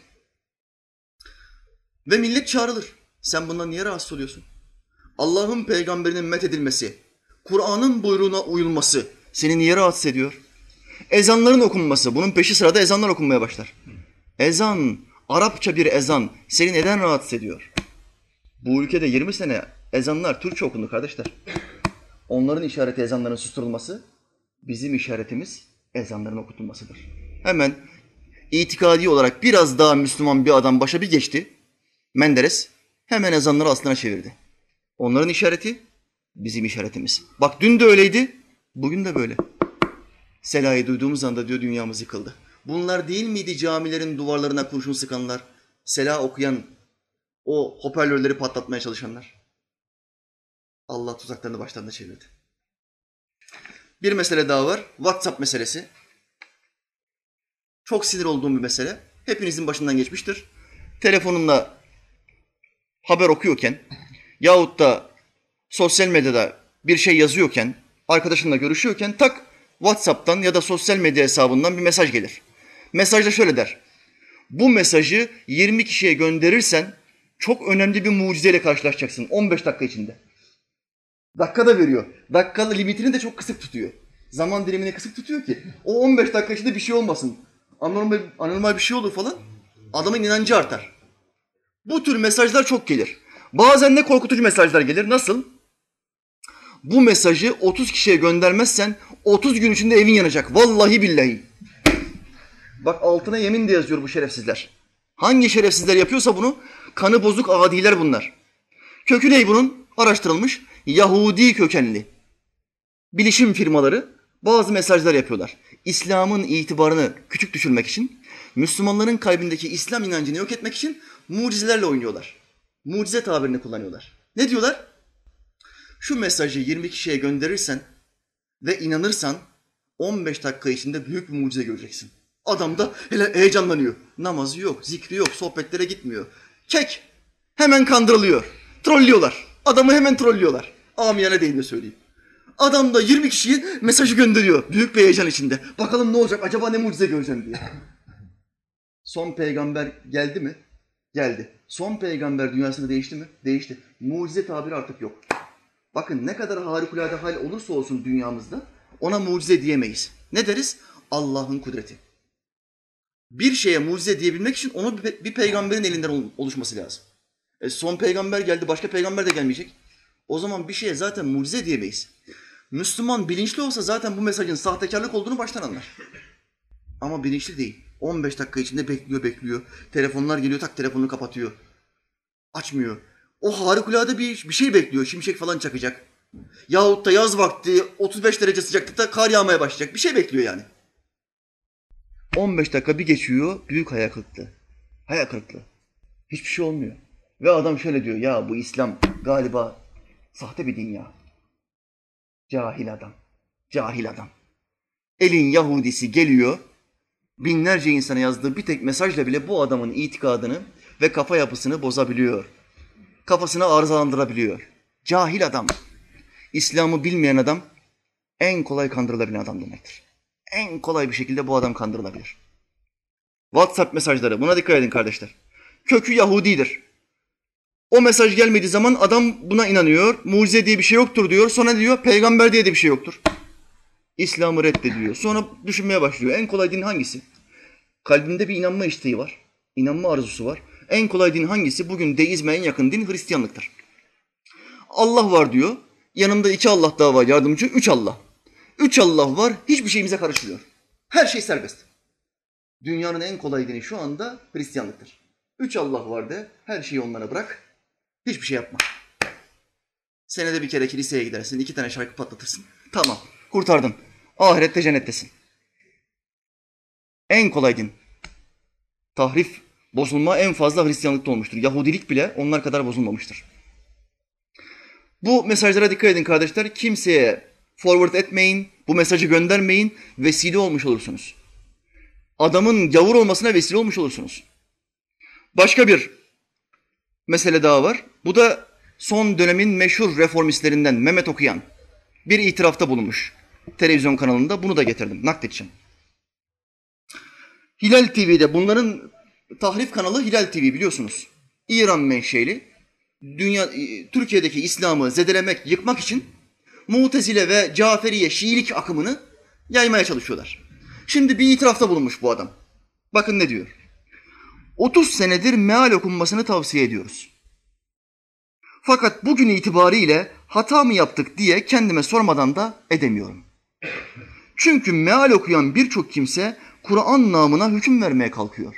Ve millet çağrılır. Sen bundan niye rahatsız oluyorsun? Allah'ın peygamberinin methedilmesi, Kur'an'ın buyruğuna uyulması seni niye rahatsız ediyor? Ezanların okunması, bunun peşi sırada ezanlar okunmaya başlar. Ezan, Arapça bir ezan seni neden rahatsız ediyor? Bu ülkede yirmi sene ezanlar Türkçe okundu kardeşler. Onların işareti ezanların susturulması, bizim işaretimiz ezanların okutulmasıdır. Hemen itikadi olarak biraz daha Müslüman bir adam başa bir geçti. Menderes hemen ezanları aslına çevirdi. Onların işareti bizim işaretimiz. Bak dün de öyleydi, bugün de böyle. Selayı duyduğumuz anda diyor dünyamız yıkıldı. Bunlar değil miydi camilerin duvarlarına kurşun sıkanlar, sela okuyan, o hoparlörleri patlatmaya çalışanlar? Allah tuzaklarını başlarına çevirdi. Bir mesele daha var, WhatsApp meselesi. Çok sinir olduğum bir mesele. Hepinizin başından geçmiştir. Telefonunla haber okuyorken yahut da sosyal medyada bir şey yazıyorken, arkadaşınla görüşüyorken tak WhatsApp'tan ya da sosyal medya hesabından bir mesaj gelir. Mesajda şöyle der. Bu mesajı yirmi kişiye gönderirsen çok önemli bir mucizeyle karşılaşacaksın on beş dakika içinde. Dakika da veriyor. Dakikalı limitini de çok kısık tutuyor. Zaman dilimini kısık tutuyor ki o on beş dakika içinde bir şey olmasın. Anormal, anormal bir şey olur falan. Adamın inancı artar. Bu tür mesajlar çok gelir. Bazen de korkutucu mesajlar gelir. Nasıl? Bu mesajı otuz kişiye göndermezsen otuz gün içinde evin yanacak. Vallahi billahi. Bak altına yemin de yazıyor bu şerefsizler. Hangi şerefsizler yapıyorsa bunu kanı bozuk adiler bunlar. Kökü ne bunun? Araştırılmış. Yahudi kökenli bilişim firmaları bazı mesajlar yapıyorlar. İslam'ın itibarını küçük düşürmek için, Müslümanların kalbindeki İslam inancını yok etmek için mucizelerle oynuyorlar. Mucize tabirini kullanıyorlar. Ne diyorlar? Şu mesajı yirmi kişiye gönderirsen ve inanırsan on beş dakika içinde büyük bir mucize göreceksin. Adam da hele heyecanlanıyor. Namazı yok, zikri yok, sohbetlere gitmiyor. Kek. Hemen kandırılıyor. Trollüyorlar. Adamı hemen trollüyorlar. Amiyane değil de söyleyeyim. Adam da yirmi kişiye mesajı gönderiyor. Büyük bir heyecan içinde. Bakalım ne olacak? Acaba ne mucize göreceğim diye. Son peygamber geldi mi? Geldi. Son peygamber dünyasında değişti mi? Değişti. Mucize tabiri artık yok. Bakın ne kadar harikulade hal olursa olsun dünyamızda ona mucize diyemeyiz. Ne deriz? Allah'ın kudreti. Bir şeye mucize diyebilmek için onun bir peygamberin elinden oluşması lazım. E son peygamber geldi, başka peygamber de gelmeyecek. O zaman bir şeye zaten mucize diyemeyiz. Müslüman bilinçli olsa zaten bu mesajın sahtekarlık olduğunu baştan anlar. Ama bilinçli değil. on beş dakika içinde bekliyor bekliyor. Telefonlar geliyor, tak telefonunu kapatıyor. Açmıyor. O harikulade bir, bir şey bekliyor. Şimşek falan çakacak. Yahut da yaz vakti otuz beş derece sıcaklıkta kar yağmaya başlayacak. Bir şey bekliyor yani. on beş dakika bir geçiyor, büyük hayal kırıklığı. Hayal kırıklığı. Hiçbir şey olmuyor. Ve adam şöyle diyor, ya bu İslam galiba sahte bir din ya. Cahil adam. Cahil adam. Elin Yahudisi geliyor, binlerce insana yazdığı bir tek mesajla bile bu adamın itikadını ve kafa yapısını bozabiliyor. Kafasını arızalandırabiliyor. Cahil adam. İslam'ı bilmeyen adam en kolay kandırılabilen adam demektir. En kolay bir şekilde bu adam kandırılabilir. WhatsApp mesajları, buna dikkat edin kardeşler. Kökü Yahudidir. O mesaj gelmediği zaman adam buna inanıyor. Mucize diye bir şey yoktur diyor. Sonra diyor peygamber diye de bir şey yoktur. İslam'ı reddediyor. Sonra düşünmeye başlıyor. En kolay din hangisi? Kalbinde bir inanma isteği var. İnanma arzusu var. En kolay din hangisi? Bugün deizme en yakın din Hristiyanlıktır. Allah var diyor. Yanımda iki Allah daha var yardımcı. Üç Allah. Üç Allah var. Hiçbir şeyimize karışmıyor. Her şey serbest. Dünyanın en kolay dini şu anda Hristiyanlıktır. Üç Allah var de her şeyi onlara bırak. Hiçbir şey yapma. Senede bir kere kiliseye gidersin. iki tane şarkı patlatırsın. Tamam. Kurtardın. Ahirette cennettesin. En kolay din. Tahrif, bozulma en fazla Hristiyanlıkta olmuştur. Yahudilik bile onlar kadar bozulmamıştır. Bu mesajlara dikkat edin kardeşler. Kimseye forward etmeyin. Bu mesajı göndermeyin. Vesile olmuş olursunuz. Adamın gavur olmasına vesile olmuş olursunuz. Başka bir mesele daha var. Bu da son dönemin meşhur reformistlerinden Mehmet Okuyan bir itirafta bulunmuş. Televizyon kanalında bunu da getirdim, nakledeceğim. Hilal T V'de bunların tahrif kanalı Hilal T V biliyorsunuz. İran menşeli. Dünya, Türkiye'deki İslam'ı zedelemek, yıkmak için Mu'tezile ve Caferiye Şiilik akımını yaymaya çalışıyorlar. Şimdi bir itirafta bulunmuş bu adam. Bakın ne diyor. otuz senedir meal okunmasını tavsiye ediyoruz. Fakat bugün itibariyle hata mı yaptık diye kendime sormadan da edemiyorum. Çünkü meal okuyan birçok kimse Kur'an namına hüküm vermeye kalkıyor.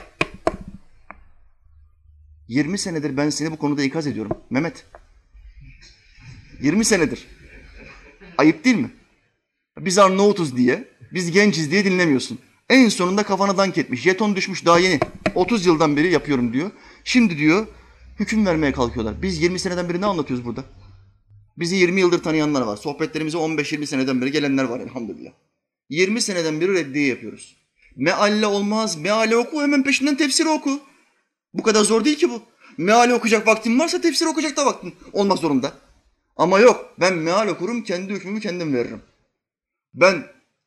yirmi senedir ben seni bu konuda ikaz ediyorum Mehmet. yirmi senedir. Ayıp değil mi? Biz Arnavutuz diye, biz genciz diye dinlemiyorsun. En sonunda kafana dank etmiş. Jeton düşmüş daha yeni. otuz yıldan beri yapıyorum diyor. Şimdi diyor hüküm vermeye kalkıyorlar. Biz yirmi seneden beri ne anlatıyoruz burada? Bizi yirmi yıldır tanıyanlar var. Sohbetlerimize on beş yirmi seneden beri gelenler var elhamdülillah. yirmi seneden beri reddiye yapıyoruz. Mealle olmaz. Meale oku, hemen peşinden tefsiri oku. Bu kadar zor değil ki bu. Meale okuyacak vaktin varsa tefsir okuyacak da vaktin olmak zorunda. Ama yok. Ben meal okurum, kendi hükmümü kendim veririm. Ben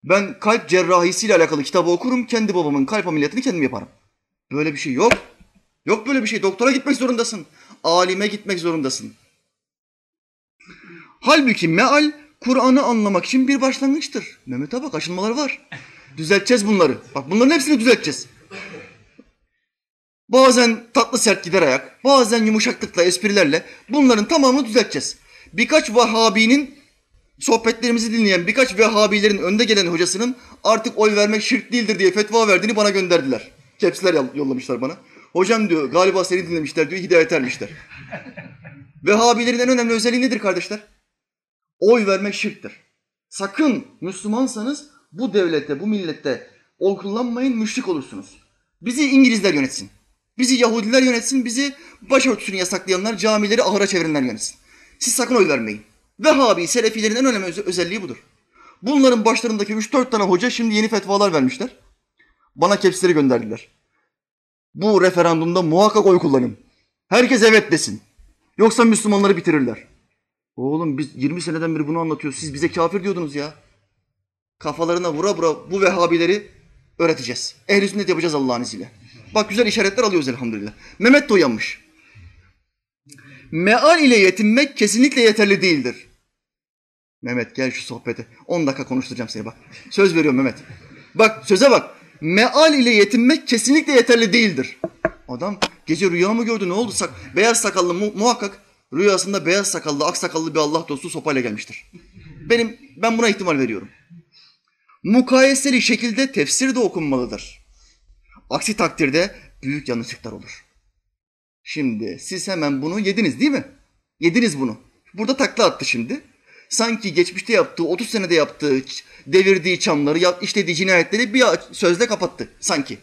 Ben kalp cerrahisiyle alakalı kitabı okurum, kendi babamın kalp ameliyatını kendim yaparım. Böyle bir şey yok. Yok böyle bir şey. Doktora gitmek zorundasın. Alime gitmek zorundasın. Halbuki meal, Kur'an'ı anlamak için bir başlangıçtır. Mehmet'e bak, aşınmalar var. Düzelteceğiz bunları. Bak bunların hepsini düzelteceğiz. Bazen tatlı sert gider ayak, bazen yumuşaklıkla, esprilerle bunların tamamını düzelteceğiz. Birkaç Vehhabi'nin, sohbetlerimizi dinleyen birkaç Vehhabilerin önde gelen hocasının artık oy vermek şirk değildir diye fetva verdiğini bana gönderdiler. Kepsler yollamışlar bana. Hocam diyor, galiba seni dinlemişler diyor, hidayet ermişler. Vehhabilerin en önemli özelliği nedir kardeşler? Oy vermek şirktir. Sakın Müslümansanız bu devlette, bu millette oy kullanmayın, müşrik olursunuz. Bizi İngilizler yönetsin. Bizi Yahudiler yönetsin, bizi başörtüsünü yasaklayanlar, camileri ahıra çevirenler yönetsin. Siz sakın oy vermeyin. Vehhabi, Selefilerin en önemli özelliği budur. Bunların başlarındaki üç dört tane hoca şimdi yeni fetvalar vermişler. Bana kepsleri gönderdiler. Bu referandumda muhakkak oy kullanın. Herkes evet desin. Yoksa Müslümanları bitirirler. Oğlum biz yirmi seneden beri bunu anlatıyoruz. Siz bize kafir diyordunuz ya. Kafalarına vura vura bu Vehhabileri öğreteceğiz. Ehl-i sünnet yapacağız Allah'ın izniyle. Bak güzel işaretler alıyoruz elhamdülillah. Mehmet de uyanmış. Meal ile yetinmek kesinlikle yeterli değildir. Mehmet gel şu sohbete. on dakika konuşturacağım seni bak. Söz veriyorum Mehmet. Bak söze bak. Meal ile yetinmek kesinlikle yeterli değildir. Adam gece rüya mı gördü, ne oldu? Sak beyaz sakallı mu muhakkak rüyasında beyaz sakallı, ak sakallı bir Allah dostu sopayla gelmiştir. Benim ben buna ihtimal veriyorum. Mukayeseli şekilde tefsir de okunmalıdır. Aksi takdirde büyük yanlışlıklar olur. Şimdi siz hemen bunu yediniz değil mi? Yediniz bunu. Burada takla attı şimdi. Sanki geçmişte yaptığı, otuz senede yaptığı, devirdiği çamları, işlediği cinayetleri bir sözle kapattı sanki.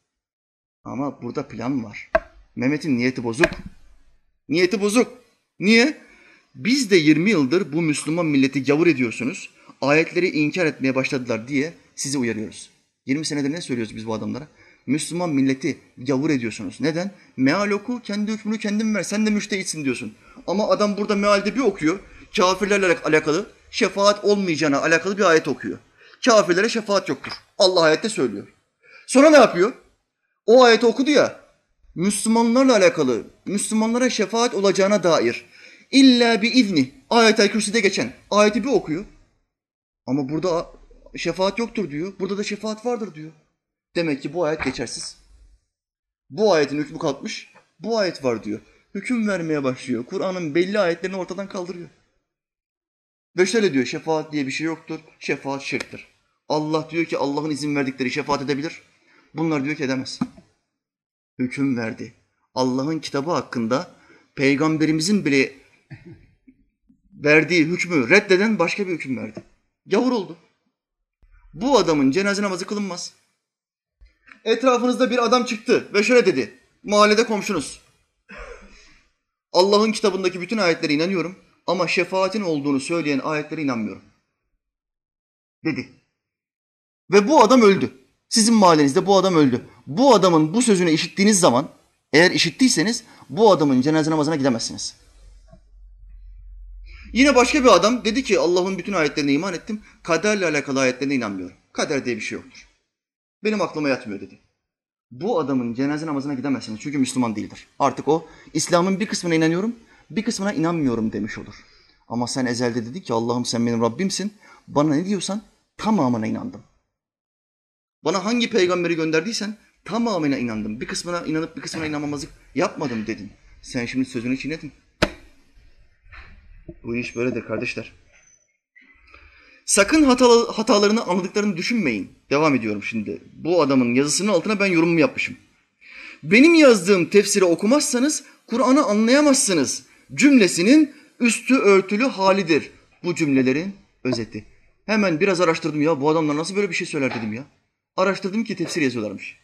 Ama burada plan var. Mehmet'in niyeti bozuk. Niyeti bozuk. Niye? Biz de yirmi yıldır bu Müslüman milleti gavur ediyorsunuz, ayetleri inkar etmeye başladılar diye sizi uyarıyoruz. yirmi senedir ne söylüyoruz biz bu adamlara? Müslüman milleti gavur ediyorsunuz. Neden? Meal oku, kendi hükmünü kendin ver. Sen de müştehitsin diyorsun. Ama adam burada mealde bir okuyor. Kafirlerle alakalı, şefaat olmayacağına alakalı bir ayet okuyor. Kafirlere şefaat yoktur. Allah ayette söylüyor. Sonra ne yapıyor? O ayeti okudu ya, Müslümanlarla alakalı, Müslümanlara şefaat olacağına dair illa bi izni, ayet-i kürsüde geçen ayeti bir okuyor. Ama burada şefaat yoktur diyor. Burada da şefaat vardır diyor. Demek ki bu ayet geçersiz. Bu ayetin hükmü kalkmış, bu ayet var diyor. Hüküm vermeye başlıyor. Kur'an'ın belli ayetlerini ortadan kaldırıyor. Ve şöyle diyor, şefaat diye bir şey yoktur, şefaat şirktir. Allah diyor ki Allah'ın izin verdikleri şefaat edebilir. Bunlar diyor ki edemez. Hüküm verdi. Allah'ın kitabı hakkında peygamberimizin bile verdiği hükmü reddeden başka bir hüküm verdi. Gavur oldu. Bu adamın cenaze namazı kılınmaz. Etrafınızda bir adam çıktı ve şöyle dedi. Mahallede komşunuz. Allah'ın kitabındaki bütün ayetlere inanıyorum ama şefaatin olduğunu söyleyen ayetlere inanmıyorum. Dedi. Ve bu adam öldü. Sizin mahallenizde bu adam öldü. Bu adamın bu sözünü işittiğiniz zaman, eğer işittiyseniz bu adamın cenaze namazına gidemezsiniz. Yine başka bir adam dedi ki Allah'ın bütün ayetlerine iman ettim, kaderle alakalı ayetlerine inanmıyorum. Kader diye bir şey yoktur. Benim aklıma yatmıyor dedi. Bu adamın cenaze namazına gidemezsiniz çünkü Müslüman değildir. Artık o İslam'ın bir kısmına inanıyorum, bir kısmına inanmıyorum demiş olur. Ama sen ezelde dedi ki Allah'ım sen benim Rabbimsin, bana ne diyorsan tamamına inandım. Bana hangi peygamberi gönderdiysen tamamına inandım. Bir kısmına inanıp bir kısmına inanmamazlık yapmadım dedin. Sen şimdi sözünü çiğnedin. Bu iş böyledir kardeşler. Sakın hatalı, hatalarını anladıklarını düşünmeyin. Devam ediyorum şimdi. Bu adamın yazısının altına ben yorumumu yapmışım. Benim yazdığım tefsiri okumazsanız Kur'an'ı anlayamazsınız cümlesinin üstü örtülü halidir. Bu cümlelerin özeti. Hemen biraz araştırdım ya. Bu adamlar nasıl böyle bir şey söyler dedim ya. Araştırdım ki tefsir yazıyorlarmış.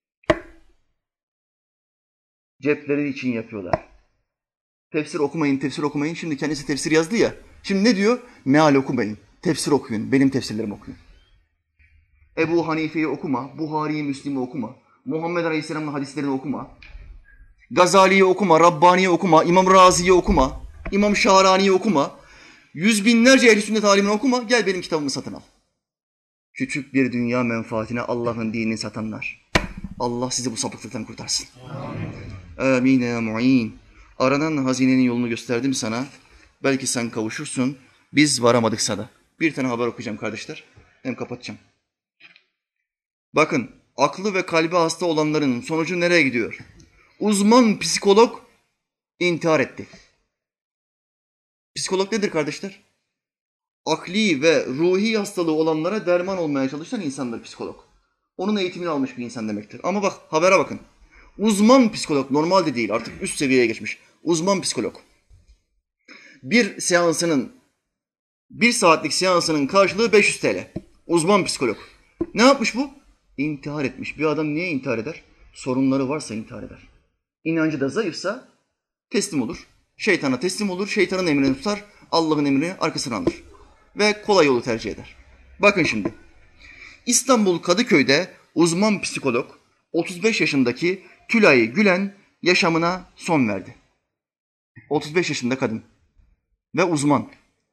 Cepleri için yapıyorlar. Tefsir okumayın, tefsir okumayın. Şimdi kendisi tefsir yazdı ya. Şimdi ne diyor? Meal okumayın. Tefsir okuyun. Benim tefsirlerimi okuyun. Ebu Hanife'yi okuma. Buhari'yi, Müslim'i okuma. Muhammed Aleyhisselam'ın hadislerini okuma. Gazali'yi okuma. Rabbani'yi okuma. İmam Razi'yi okuma. İmam Şahrani'yi okuma. Yüz binlerce ehl-i sünnet alimini okuma. Gel benim kitabımı satın al. Küçük bir dünya menfaatine Allah'ın dinini satanlar. Allah sizi bu sapıklıktan kurtarsın. Amin. Amin ya mu'in. Aranan hazinenin yolunu gösterdim sana. Belki sen kavuşursun. Biz varamadıksa da. Bir tane haber okuyacağım kardeşler. Hem kapatacağım. Bakın, aklı ve kalbi hasta olanların sonucu nereye gidiyor? Uzman psikolog intihar etti. Psikolog nedir kardeşler? Akli ve ruhi hastalığı olanlara derman olmaya çalışan insandır psikolog. Onun eğitimini almış bir insan demektir. Ama bak, habere bakın. Uzman psikolog, normalde değil, artık üst seviyeye geçmiş. Uzman psikolog. Bir seansının, bir saatlik seansının karşılığı beş yüz TL. Uzman psikolog. Ne yapmış bu? İntihar etmiş. Bir adam niye intihar eder? Sorunları varsa intihar eder. İnancı da zayıfsa teslim olur. Şeytana teslim olur. Şeytanın emrini tutar. Allah'ın emrini arkasına alır. Ve kolay yolu tercih eder. Bakın şimdi. İstanbul Kadıköy'de uzman psikolog otuz beş yaşındaki Tülay Gülen yaşamına son verdi. otuz beş yaşında kadın ve uzman.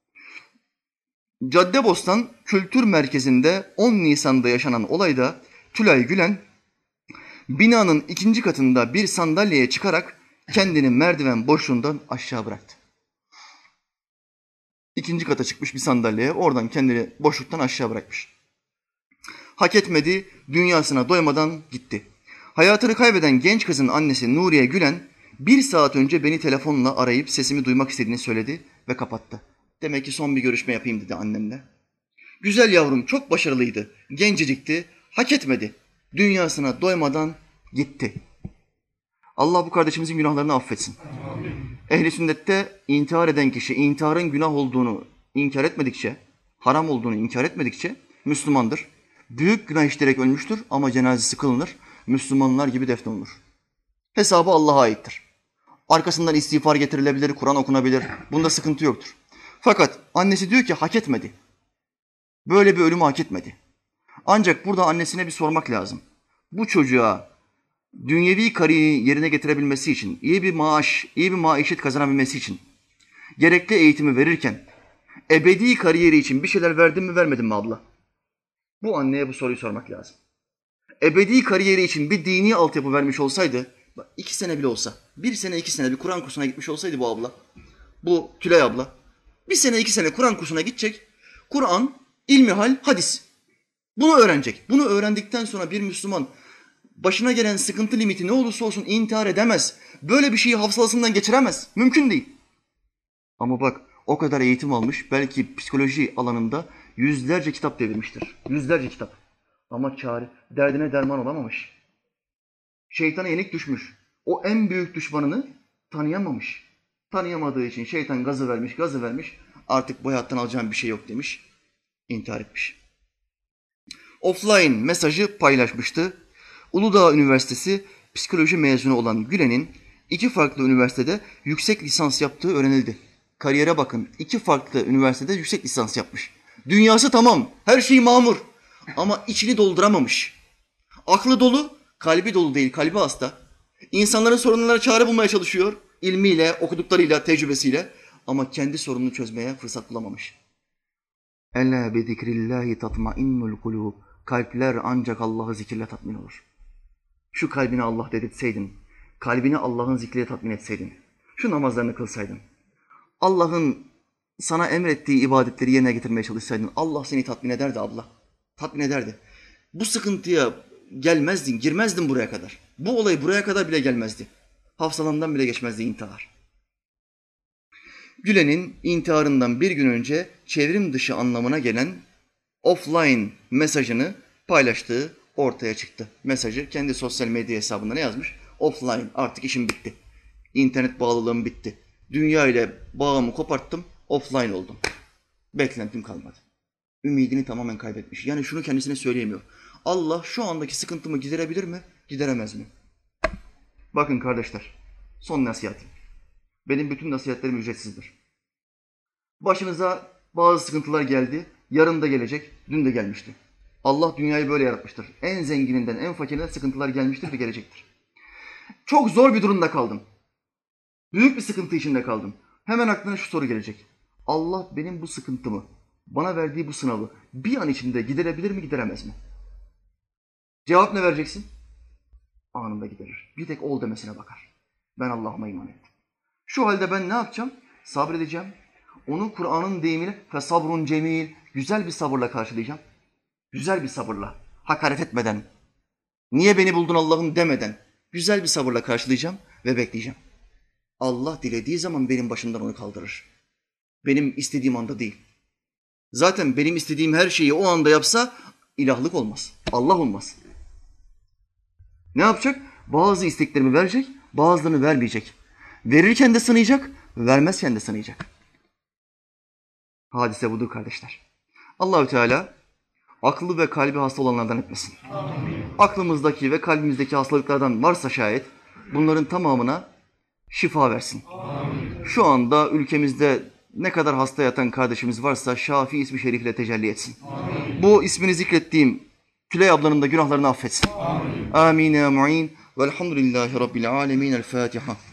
Caddebostan Kültür Merkezi'nde on Nisan'da yaşanan olayda Tülay Gülen binanın ikinci katında bir sandalyeye çıkarak kendini merdiven boşluğundan aşağı bıraktı. İkinci kata çıkmış bir sandalyeye, oradan kendini boşluktan aşağı bırakmış. Hak etmedi, dünyasına doymadan gitti. Hayatını kaybeden genç kızın annesi Nuriye Gülen, bir saat önce beni telefonla arayıp sesimi duymak istediğini söyledi ve kapattı. Demek ki son bir görüşme yapayım dedi annemle. Güzel yavrum, çok başarılıydı, gencecikti, hak etmedi. Dünyasına doymadan gitti. Allah bu kardeşimizin günahlarını affetsin. Ehl-i sünnette intihar eden kişi intiharın günah olduğunu inkar etmedikçe, haram olduğunu inkar etmedikçe Müslümandır. Büyük günah işleyerek ölmüştür ama cenazesi kılınır. Müslümanlar gibi defnolunur. Hesabı Allah'a aittir. Arkasından istiğfar getirilebilir, Kur'an okunabilir. Bunda sıkıntı yoktur. Fakat annesi diyor ki hak etmedi. Böyle bir ölümü hak etmedi. Ancak burada annesine bir sormak lazım. Bu çocuğa dünyevi kariyeri yerine getirebilmesi için, iyi bir maaş, iyi bir maişet kazanabilmesi için gerekli eğitimi verirken ebedi kariyeri için bir şeyler verdin mi vermedin mi abla? Bu anneye bu soruyu sormak lazım. Ebedi kariyeri için bir dini altyapı vermiş olsaydı, iki sene bile olsa, bir sene iki sene bir Kur'an kursuna gitmiş olsaydı bu abla, bu Tülay abla, bir sene iki sene Kur'an kursuna gidecek, Kur'an, ilmihal, hadis. Bunu öğrenecek. Bunu öğrendikten sonra bir Müslüman başına gelen sıkıntı limiti ne olursa olsun intihar edemez. Böyle bir şeyi hafsalasından geçiremez. Mümkün değil. Ama bak, o kadar eğitim almış, belki psikoloji alanında yüzlerce kitap devirmiştir. Yüzlerce kitap. Ama çare, derdine derman olamamış. Şeytana yenik düşmüş. O en büyük düşmanını tanıyamamış. Tanıyamadığı için şeytan gazı vermiş, gazı vermiş. Artık bu hayattan alacağım bir şey yok demiş. İntihar etmiş. Offline mesajı paylaşmıştı. Uludağ Üniversitesi psikoloji mezunu olan Gülen'in iki farklı üniversitede yüksek lisans yaptığı öğrenildi. Kariyere bakın, iki farklı üniversitede yüksek lisans yapmış. Dünyası tamam, her şey mamur ama içini dolduramamış. Aklı dolu, kalbi dolu değil, kalbi hasta. İnsanların sorunlarına çare bulmaya çalışıyor, ilmiyle, okuduklarıyla, tecrübesiyle ama kendi sorununu çözmeye fırsat bulamamış. Ela bi zikrillahi tatmainnul kulub. Kalpler ancak Allah'ı zikirle tatmin olur. Şu kalbini Allah dedirtseydin, kalbini Allah'ın zikriyle tatmin etseydin, şu namazlarını kılsaydın, Allah'ın sana emrettiği ibadetleri yerine getirmeye çalışsaydın, Allah seni tatmin ederdi abla. Tatmin ederdi. Bu sıkıntıya gelmezdin, girmezdin buraya kadar. Bu olay buraya kadar bile gelmezdi. Hafsalandan bile geçmezdi intihar. Gülen'in intiharından bir gün önce çevrim dışı anlamına gelen offline mesajını paylaştığı ortaya çıktı. Mesajı kendi sosyal medya hesabında ne yazmış? Offline, artık işim bitti. İnternet bağlılığım bitti. Dünya ile bağımı koparttım, offline oldum. Beklentim kalmadı. Ümidini tamamen kaybetmiş. Yani şunu kendisine söyleyemiyor. Allah şu andaki sıkıntımı giderebilir mi, gideremez mi? Bakın kardeşler, son nasihatim. Benim bütün nasihatlerim ücretsizdir. Başınıza bazı sıkıntılar geldi, yarın da gelecek, dün de gelmişti. Allah dünyayı böyle yaratmıştır. En zengininden en fakirine sıkıntılar gelmiştir ve gelecektir. Çok zor bir durumda kaldım. Büyük bir sıkıntı içinde kaldım. Hemen aklına şu soru gelecek. Allah benim bu sıkıntımı bana verdiği bu sınavı bir an içinde giderebilir mi, gideremez mi? Cevap ne vereceksin? Anında giderir. Bir tek ol demesine bakar. Ben Allah'ıma iman ettim. Şu halde ben ne yapacağım? Sabredeceğim. Onu Kur'an'ın deyimiyle fesabrun cemil, güzel bir sabırla karşılayacağım. Güzel bir sabırla, hakaret etmeden, niye beni buldun Allah'ım demeden, güzel bir sabırla karşılayacağım ve bekleyeceğim. Allah dilediği zaman benim başımdan onu kaldırır. Benim istediğim anda değil. Zaten benim istediğim her şeyi o anda yapsa ilahlık olmaz, Allah olmaz. Ne yapacak? Bazı isteklerimi verecek, bazılarını vermeyecek. Verirken de sınayacak, vermezken de sınayacak. Hadise budur kardeşler. Allahü Teala aklı ve kalbi hasta olanlardan etmesin. Amin. Aklımızdaki ve kalbimizdeki hastalıklardan varsa şayet bunların tamamına şifa versin. Amin. Şu anda ülkemizde ne kadar hasta yatan kardeşimiz varsa Şafi ismi şerifle tecelli etsin. Amin. Bu ismini zikrettiğim Tülay ablanın da günahlarını affetsin. Amin. Amin ya mu'in. Velhamdülillahi Rabbil alemin. El Fatiha.